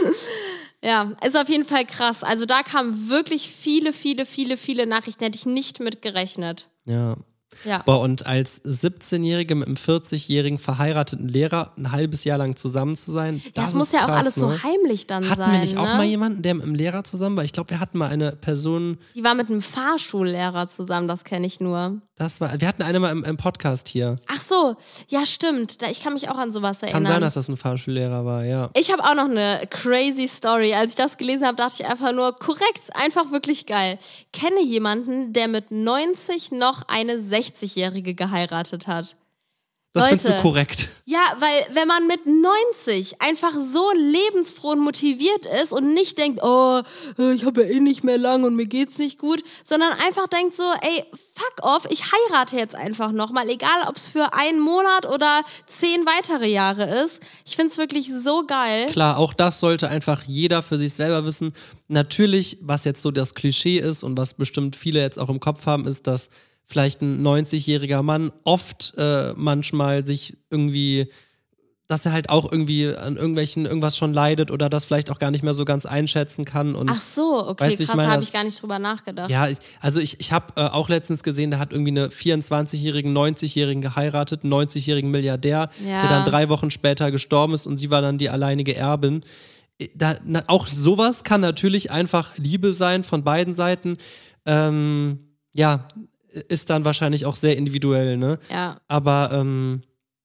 Ja, ist auf jeden Fall krass. Also da kamen wirklich viele, viele, viele, viele Nachrichten, hätte ich nicht mit gerechnet. Ja. Ja. Boah, und als siebzehnjährige mit einem vierzigjährigen verheirateten Lehrer ein halbes Jahr lang zusammen zu sein, das, ja, das ist muss ja krass, auch alles ne? so heimlich dann hatten sein. wir nicht ne? auch mal jemanden, der mit einem Lehrer zusammen war? Ich glaube, wir hatten mal eine Person... Die war mit einem Fahrschullehrer zusammen, das kenne ich nur. Das war, wir hatten eine mal im, im Podcast hier. Ach so, ja stimmt. Da, ich kann mich auch an sowas erinnern. Kann sein, dass das ein Fahrschullehrer war, ja. Ich habe auch noch eine crazy Story. Als ich das gelesen habe, dachte ich einfach nur, korrekt, einfach wirklich geil. Kenne jemanden, der mit neunzig noch eine sechzigjährige geheiratet hat. Das Leute, findest du korrekt. Ja, weil wenn man mit neunzig einfach so lebensfroh und motiviert ist und nicht denkt, oh, ich habe ja eh nicht mehr lang und mir geht's nicht gut, sondern einfach denkt so, ey, fuck off, ich heirate jetzt einfach nochmal, egal ob es für einen Monat oder zehn weitere Jahre ist. Ich find's wirklich so geil. Klar, auch das sollte einfach jeder für sich selber wissen. Natürlich, was jetzt so das Klischee ist und was bestimmt viele jetzt auch im Kopf haben, ist, dass vielleicht ein neunzigjähriger Mann oft äh, manchmal sich irgendwie, dass er halt auch irgendwie an irgendwelchen irgendwas schon leidet oder das vielleicht auch gar nicht mehr so ganz einschätzen kann. Und ach so, okay, weißt, krass, da habe ich gar nicht drüber nachgedacht. Ja, ich, also ich, ich habe äh, auch letztens gesehen, der hat irgendwie eine vierundzwanzigjährigen, neunzigjährigen geheiratet, einen neunzigjährigen Milliardär, ja. der dann drei Wochen später gestorben ist und sie war dann die alleinige Erbin. Da, na, auch sowas kann natürlich einfach Liebe sein von beiden Seiten. Ähm, ja, ist dann wahrscheinlich auch sehr individuell, ne? Ja. Aber, ähm,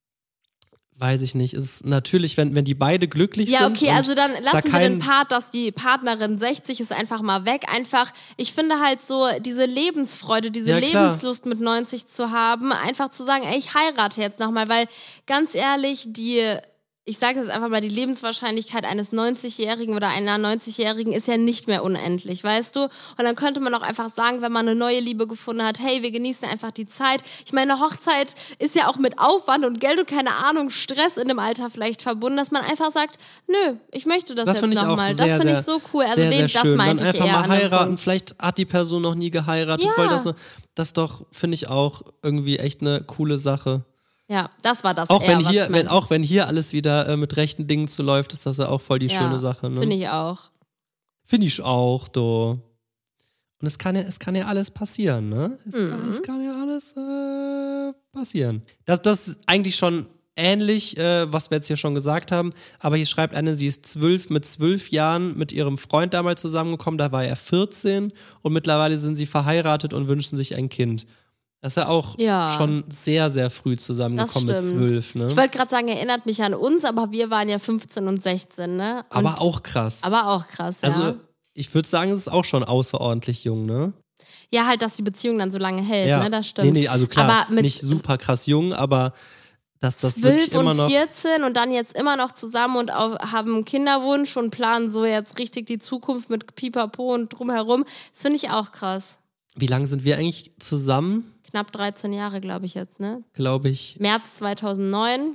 weiß ich nicht. Es ist natürlich, wenn, wenn die beide glücklich ja, sind. Ja, okay, also dann lassen da wir den Part, dass die Partnerin sechzig ist, einfach mal weg. Einfach, ich finde halt so, diese Lebensfreude, diese ja, Lebenslust mit neunzig zu haben, einfach zu sagen, ey, ich heirate jetzt nochmal, weil ganz ehrlich, die, ich sage jetzt einfach mal, die Lebenswahrscheinlichkeit eines neunzigjährigen oder einer neunzigjährigen ist ja nicht mehr unendlich, weißt du? Und dann könnte man auch einfach sagen, wenn man eine neue Liebe gefunden hat, hey, wir genießen einfach die Zeit. Ich meine, eine Hochzeit ist ja auch mit Aufwand und Geld und keine Ahnung, Stress in dem Alter vielleicht verbunden, dass man einfach sagt, nö, ich möchte das, das jetzt nochmal. Das finde ich so cool. Also sehr, den, sehr das schön. meinte Dann ich einfach eher mal heiraten. Vielleicht hat die Person noch nie geheiratet. Ja. Weil das, so, das ist doch, finde ich auch irgendwie echt eine coole Sache. Ja, das war das auch eher, wenn hier, was wenn, Auch wenn hier alles wieder äh, mit rechten Dingen zuläuft, ist das ja auch voll die ja, schöne Sache. Ne? Finde ich auch. Finde ich auch, do. Und es kann ja, es kann ja alles passieren, ne? Es, Mhm. kann, es kann ja alles äh, passieren. Das, das ist eigentlich schon ähnlich, äh, was wir jetzt hier schon gesagt haben. Aber hier schreibt eine, sie ist zwölf, mit zwölf Jahren mit ihrem Freund damals zusammengekommen. Da war er vierzehn und mittlerweile sind sie verheiratet und wünschen sich ein Kind. Das ist ja auch Ja. schon sehr, sehr früh zusammengekommen mit Das stimmt. zwölf. Ne? Ich wollte gerade sagen, erinnert mich an uns, aber wir waren ja fünfzehn und sechzehn, ne? Und, Aber auch krass. aber auch krass, ja. Also ich würde sagen, es ist auch schon außerordentlich jung, ne? Ja, halt, dass die Beziehung dann so lange hält, Ja. ne? Das stimmt. Nee, nee, also klar, aber mit nicht super krass jung, aber dass das wirklich zwölf immer und noch... vierzehn und dann jetzt immer noch zusammen und auch, haben einen Kinderwunsch und planen so jetzt richtig die Zukunft mit Pipapo und drumherum. Das finde ich auch krass. Wie lange sind wir eigentlich zusammen? Knapp dreizehn Jahre, glaube ich jetzt, ne? Glaube ich März zweitausendneun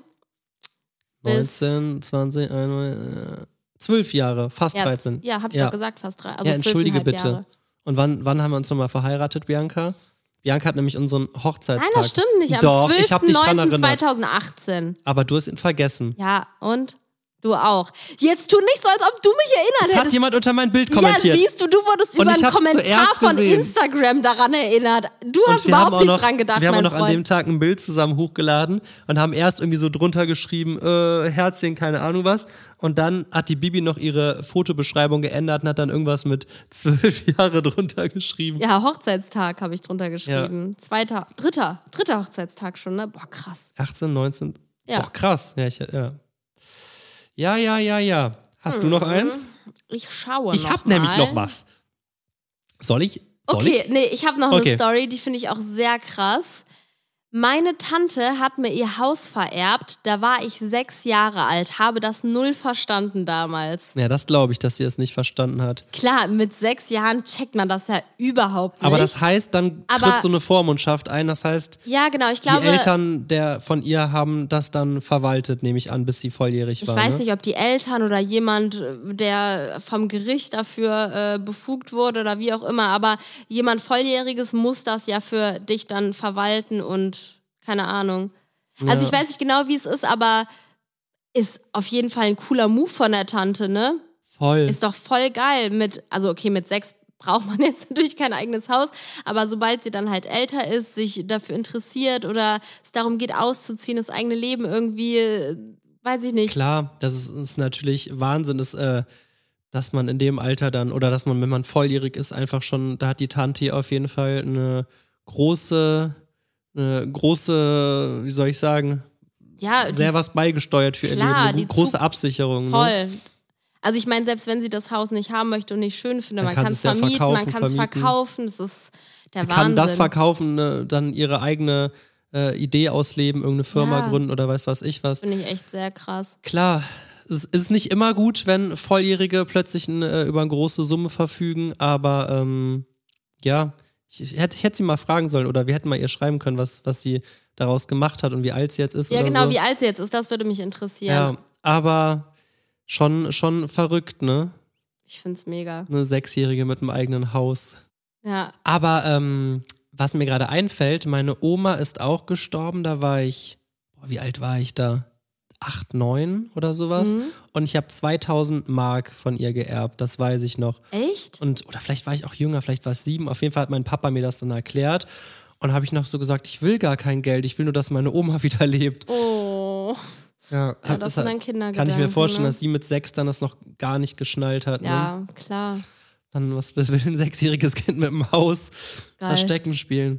bis neunzehn, zwanzig, einundzwanzig, äh, zwölf Jahre, fast März. dreizehn. Ja, hab ich Ja. doch gesagt, fast drei. Also Ja, entschuldige zwölfeinhalb bitte. Jahre. Und wann, wann haben wir uns nochmal verheiratet, Bianca? Bianca hat nämlich unseren Hochzeitstag. Nein, das stimmt nicht. Am Doch, ich hab dich dran zwölften neunten erinnert. zweitausendachtzehn. Aber du hast ihn vergessen. Ja, und? Du auch. Jetzt tu nicht so, als ob du mich erinnert Es hat hättest. jemand unter mein Bild kommentiert. Ja, siehst du, du wurdest Und über ich einen hab's Kommentar zuerst von gesehen. Instagram daran erinnert. Du Und hast wir haben überhaupt auch nicht noch, dran gedacht, wir haben auch mein noch Freund. an dem Tag ein Bild zusammen hochgeladen und haben erst irgendwie so drunter geschrieben, äh, Herzchen, keine Ahnung was. Und dann hat die Bibi noch ihre Fotobeschreibung geändert und hat dann irgendwas mit zwölf Jahre drunter geschrieben. Ja, Hochzeitstag habe ich drunter geschrieben. Zweiter, dritter, dritter Hochzeitstag schon, ne? Boah, krass. achtzehn, neunzehn. Ja. Boah, krass. Ja, ich, ja. Ja, ja, ja, ja. Hast du noch eins? Ich schaue Ich noch habe nämlich mal. noch was. Soll ich? Soll Okay, ich? nee, ich habe noch Okay. eine Story, die finde ich auch sehr krass. Meine Tante hat mir ihr Haus vererbt, da war ich sechs Jahre alt, habe das null verstanden damals. Ja, das glaube ich, dass sie es nicht verstanden hat. Klar, mit sechs Jahren checkt man das ja überhaupt nicht. Aber das heißt, dann Aber- tritt so eine Vormundschaft ein. Das heißt, ja, genau, ich glaube, die Eltern der, von ihr haben das dann verwaltet, nehme ich an, bis sie volljährig ich war. weiß ne? nicht, ob die Eltern oder jemand, der vom Gericht dafür äh, befugt wurde oder wie auch immer, aber jemand Volljähriges muss das ja für dich dann verwalten und keine Ahnung. Also Ja. ich weiß nicht genau, wie es ist, aber ist auf jeden Fall ein cooler Move von der Tante, ne? Voll. Ist doch voll geil. Mit, also okay, mit sechs braucht man jetzt natürlich kein eigenes Haus, aber sobald sie dann halt älter ist, sich dafür interessiert oder es darum geht, auszuziehen, das eigene Leben irgendwie, äh, weiß ich nicht. Klar, das ist, ist natürlich Wahnsinn, ist, äh, dass man in dem Alter dann, oder dass man, wenn man volljährig ist, einfach schon, da hat die Tante auf jeden Fall eine große, eine große, wie soll ich sagen, Ja, sehr was beigesteuert für Klar, ihr Leben. Eine die große Zug- Absicherung. Ne? voll. Also ich meine, selbst wenn sie das Haus nicht haben möchte und nicht schön findet, Dann man kann kann sie es es ja vermieten, man verkaufen, kann es vermieten. verkaufen, das ist der Sie Wahnsinn. kann das verkaufen, ne, dann ihre eigene äh, Idee ausleben, irgendeine Firma Ja. gründen oder weiß was ich was. Finde ich echt sehr krass. Klar, es ist nicht immer gut, wenn Volljährige plötzlich ein, äh, über eine große Summe verfügen, aber ähm, ja, ich, ich, hätte, ich hätte sie mal fragen sollen oder wir hätten mal ihr schreiben können, was, was sie daraus gemacht hat und wie alt sie jetzt ist Ja, oder genau, so. wie alt sie jetzt ist, das würde mich interessieren. Ja, aber schon, schon verrückt, ne? Ich finde es mega. Eine Sechsjährige mit einem eigenen Haus. Ja, Aber ähm, was mir gerade einfällt, meine Oma ist auch gestorben, da war ich, boah, wie alt war ich da? Acht, neun oder sowas. Mhm. Und ich habe zweitausend Mark von ihr geerbt, das weiß ich noch. echt? Und, oder vielleicht war ich auch jünger, vielleicht war es sieben. Auf jeden Fall hat mein Papa mir das dann erklärt. Und habe ich noch so gesagt, ich will gar kein Geld, ich will nur, dass meine Oma wieder lebt. Oh. Ja, Ja, das sind dann Kindergedanken. Kann ich mir vorstellen, ne? dass sie mit sechs dann das noch gar nicht geschnallt hat. Ne? Ja, klar. Dann, was will ein sechsjähriges Kind mit dem Haus Geil. Verstecken spielen?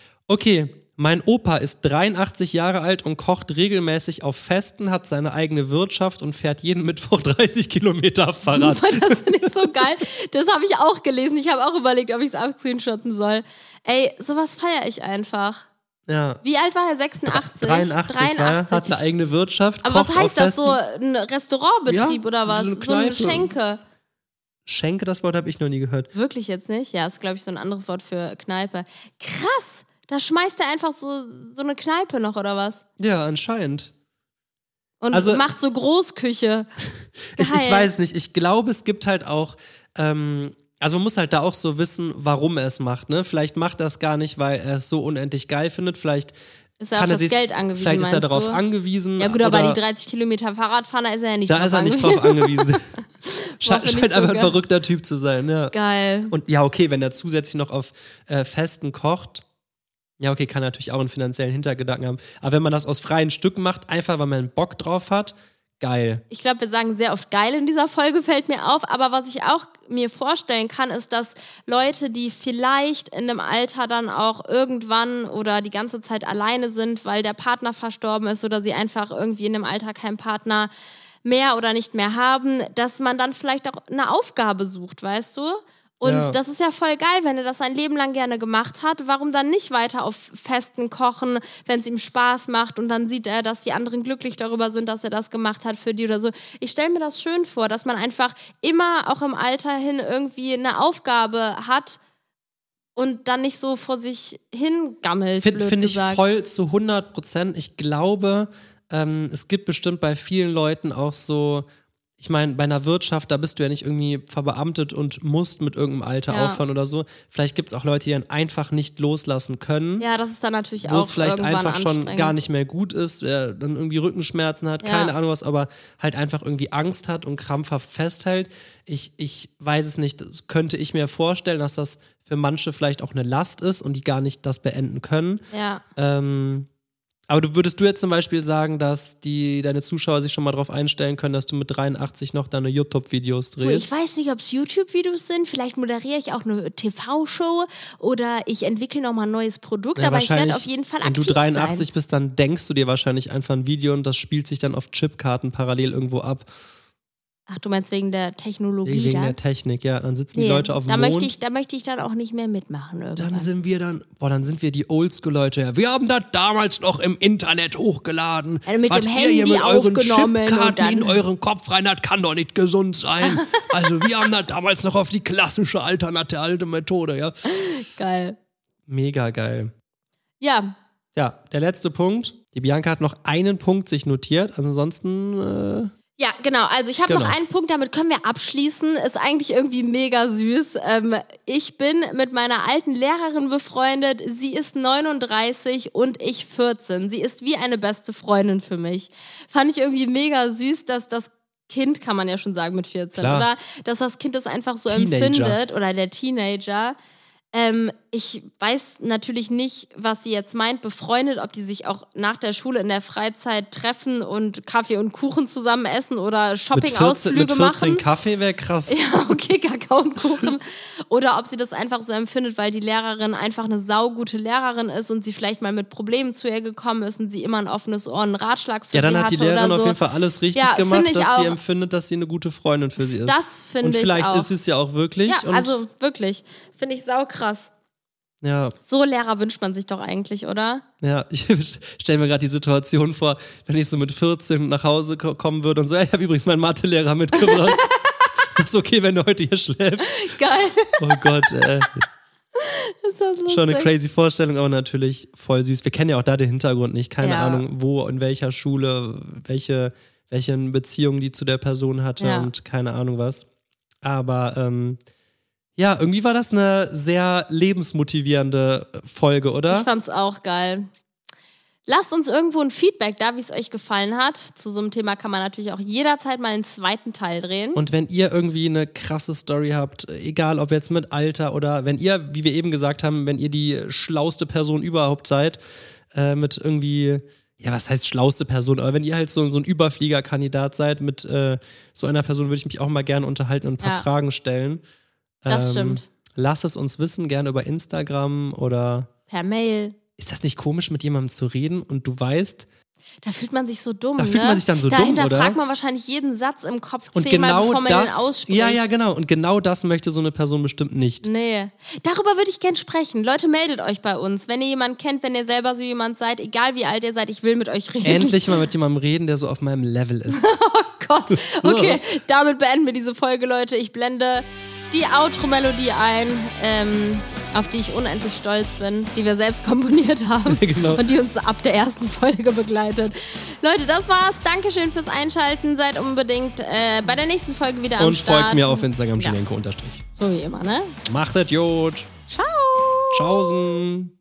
Okay, mein Opa ist dreiundachtzig Jahre alt und kocht regelmäßig auf Festen, hat seine eigene Wirtschaft und fährt jeden Mittwoch dreißig Kilometer Fahrrad. Das finde ich so geil. Das habe ich auch gelesen. Ich habe auch überlegt, ob ich es abscreenshotten soll. Ey, sowas feiere ich einfach. Ja. Wie alt war er? sechsundachtzig? dreiundachtzig, dreiundachtzig. War er, hat eine eigene Wirtschaft. Aber was kocht heißt auf das? So ein Restaurantbetrieb Ja, oder was? so eine So eine Kneipe. Schenke. Schenke, das Wort habe ich noch nie gehört. Wirklich jetzt nicht? Ja, ist, glaube ich, so ein anderes Wort für Kneipe. Krass! Da schmeißt er einfach so, so eine Kneipe noch, oder was? Ja, anscheinend. Und Also- macht so Großküche. Ich, ich Geil. weiß nicht. Ich glaube, es gibt halt auch, ähm, also man muss halt da auch so wissen, warum er es macht. Ne? Vielleicht macht er es gar nicht, weil er es so unendlich geil findet. Vielleicht Ist er auf kann er das sich, Geld angewiesen, vielleicht ist er meinst darauf du? angewiesen. Ja gut, aber oder die dreißig Kilometer Fahrradfahren, da ist er ja nicht da drauf ist er nicht angewiesen. drauf angewiesen. Sche Wahrscheinlich scheint einfach ein sogar. verrückter Typ zu sein. Ja. Geil. Und ja, okay, wenn er zusätzlich noch auf äh, Festen kocht, ja, okay, kann natürlich auch einen finanziellen Hintergedanken haben. Aber wenn man das aus freien Stücken macht, einfach weil man Bock drauf hat, geil. Ich glaube, wir sagen sehr oft geil in dieser Folge, fällt mir auf. Aber was ich auch mir vorstellen kann, ist, dass Leute, die vielleicht in einem Alter dann auch irgendwann oder die ganze Zeit alleine sind, weil der Partner verstorben ist oder sie einfach irgendwie in dem Alter keinen Partner mehr oder nicht mehr haben, dass man dann vielleicht auch eine Aufgabe sucht, weißt du? Und Ja. das ist ja voll geil, wenn er das sein Leben lang gerne gemacht hat. Warum dann nicht weiter auf Festen kochen, wenn es ihm Spaß macht und dann sieht er, dass die anderen glücklich darüber sind, dass er das gemacht hat für die oder so. Ich stelle mir das schön vor, dass man einfach immer auch im Alter hin irgendwie eine Aufgabe hat und dann nicht so vor sich hingammelt, Finde blöd find ich gesagt. voll zu hundert Prozent. Ich glaube, ähm, es gibt bestimmt bei vielen Leuten auch so, ich meine, bei einer Wirtschaft, da bist du ja nicht irgendwie verbeamtet und musst mit irgendeinem Alter Ja. aufhören oder so. Vielleicht gibt es auch Leute, die dann einfach nicht loslassen können. Ja, das ist dann natürlich Wo auch es vielleicht irgendwann einfach schon anstrengend. gar nicht mehr gut ist, der dann irgendwie Rückenschmerzen hat, Ja. keine Ahnung was, aber halt einfach irgendwie Angst hat und krampfhaft festhält. Ich, ich weiß es nicht, das könnte ich mir vorstellen, dass das für manche vielleicht auch eine Last ist und die gar nicht das beenden können. Ja. Ähm, aber du, würdest du jetzt zum Beispiel sagen, dass die, deine Zuschauer sich schon mal darauf einstellen können, dass du mit dreiundachtzig noch deine YouTube-Videos Du, drehst? ich weiß nicht, ob es YouTube-Videos sind. Vielleicht moderiere ich auch eine T V-Show oder ich entwickle nochmal ein neues Produkt. Ja, aber ich werde wahrscheinlich, auf jeden Fall wenn aktiv du dreiundachtzig sein. bist, dann denkst du dir wahrscheinlich einfach ein Video und das spielt sich dann auf Chipkarten parallel irgendwo ab. Ach, du meinst wegen der Technologie Wegen dann? der Technik, ja. Dann sitzen Nee, die Leute auf dem da Mond. möchte ich, da möchte ich dann auch nicht mehr mitmachen irgendwann. Dann sind wir dann, boah, dann sind wir die Oldschool-Leute. Ja. Wir haben das damals noch im Internet hochgeladen. Ja, mit Was dem ihr hier Handy mit euren aufgenommen und Chipkarten dann- in euren Kopf rein, das kann doch nicht gesund sein. Also wir haben das damals noch auf die klassische alternative alte Methode, ja. Geil. Mega geil. Ja, Ja, der letzte Punkt. Die Bianca hat noch einen Punkt sich notiert. Ansonsten, äh, ja, genau. Also ich habe Genau. noch einen Punkt, damit können wir abschließen. Ist eigentlich irgendwie mega süß. Ähm, ich bin mit meiner alten Lehrerin befreundet. Sie ist neununddreißig und ich vierzehn. Sie ist wie eine beste Freundin für mich. Fand ich irgendwie mega süß, dass das Kind, kann man ja schon sagen mit vierzehn, Klar. oder? Dass das Kind das einfach so Teenager. empfindet oder der Teenager. Ähm, ich weiß natürlich nicht, was sie jetzt meint, befreundet, ob die sich auch nach der Schule in der Freizeit treffen und Kaffee und Kuchen zusammen essen oder mit Shopping-Ausflüge vierzehn, mit vierzehn machen. Kaffee wäre krass. Ja, okay, Kakao und Kuchen. Oder ob sie das einfach so empfindet, weil die Lehrerin einfach eine saugute Lehrerin ist und sie vielleicht mal mit Problemen zu ihr gekommen ist und sie immer ein offenes Ohr, einen Ratschlag für Ja, dann sie hat die hatte Lehrerin oder so. auf jeden Fall alles richtig Ja, gemacht, finde ich dass auch. sie empfindet, dass sie eine gute Freundin für sie ist. Das finde Und ich vielleicht auch. ist es ja auch wirklich. Ja, und, also wirklich. Finde ich saukrass. ja, So Lehrer wünscht man sich doch eigentlich, oder? ja, ich stelle mir gerade die Situation vor, wenn ich so mit vierzehn nach Hause ko- kommen würde und so, ja, ich habe übrigens meinen Mathelehrer mitgebracht. Ist das okay, wenn du heute hier schläfst? Geil. Oh Gott, ey. Ist das lustig? Schon eine crazy Vorstellung, aber natürlich voll süß. Wir kennen ja auch da den Hintergrund nicht. Keine Ja. Ahnung, wo, in welcher Schule, welche, welche Beziehung die zu der Person hatte Ja. und keine Ahnung was. Aber ähm, ja, irgendwie war das eine sehr lebensmotivierende Folge, oder? Ich fand's auch geil. Lasst uns irgendwo ein Feedback da, wie es euch gefallen hat. Zu so einem Thema kann man natürlich auch jederzeit mal einen zweiten Teil drehen. Und wenn ihr irgendwie eine krasse Story habt, egal ob jetzt mit Alter oder wenn ihr, wie wir eben gesagt haben, wenn ihr die schlauste Person überhaupt seid, äh, mit irgendwie, ja, was heißt schlauste Person, aber wenn ihr halt so, so ein Überfliegerkandidat seid, mit äh, so einer Person würde ich mich auch mal gerne unterhalten und ein paar Ja. Fragen stellen. Das stimmt. Lasst es uns wissen, gerne über Instagram oder Per Mail. ist das nicht komisch, mit jemandem zu reden und du weißt, Da fühlt man sich so dumm, Da ne? fühlt man sich dann so Dahinter dumm, oder? fragt man wahrscheinlich jeden Satz im Kopf Und zehnmal, genau bevor man das, ihn ausspricht. ja, ja, genau. Und genau das möchte so eine Person bestimmt nicht. Nee. Darüber würde ich gern sprechen. Leute, meldet euch bei uns. Wenn ihr jemanden kennt, wenn ihr selber so jemand seid, egal wie alt ihr seid, ich will mit euch reden. Endlich mal mit jemandem reden, der so auf meinem Level ist. Oh Gott. Okay, damit beenden wir diese Folge, Leute. Ich blende die Outro-Melodie ein, ähm, auf die ich unendlich stolz bin, die wir selbst komponiert haben Genau. und die uns ab der ersten Folge begleitet. Leute, das war's. Dankeschön fürs Einschalten. Seid unbedingt äh, bei der nächsten Folge wieder am Und Start. folgt mir auf Instagram, Ja. Schilenko unterstrich. So wie immer, ne? Macht das gut. Ciao. Tschaußen.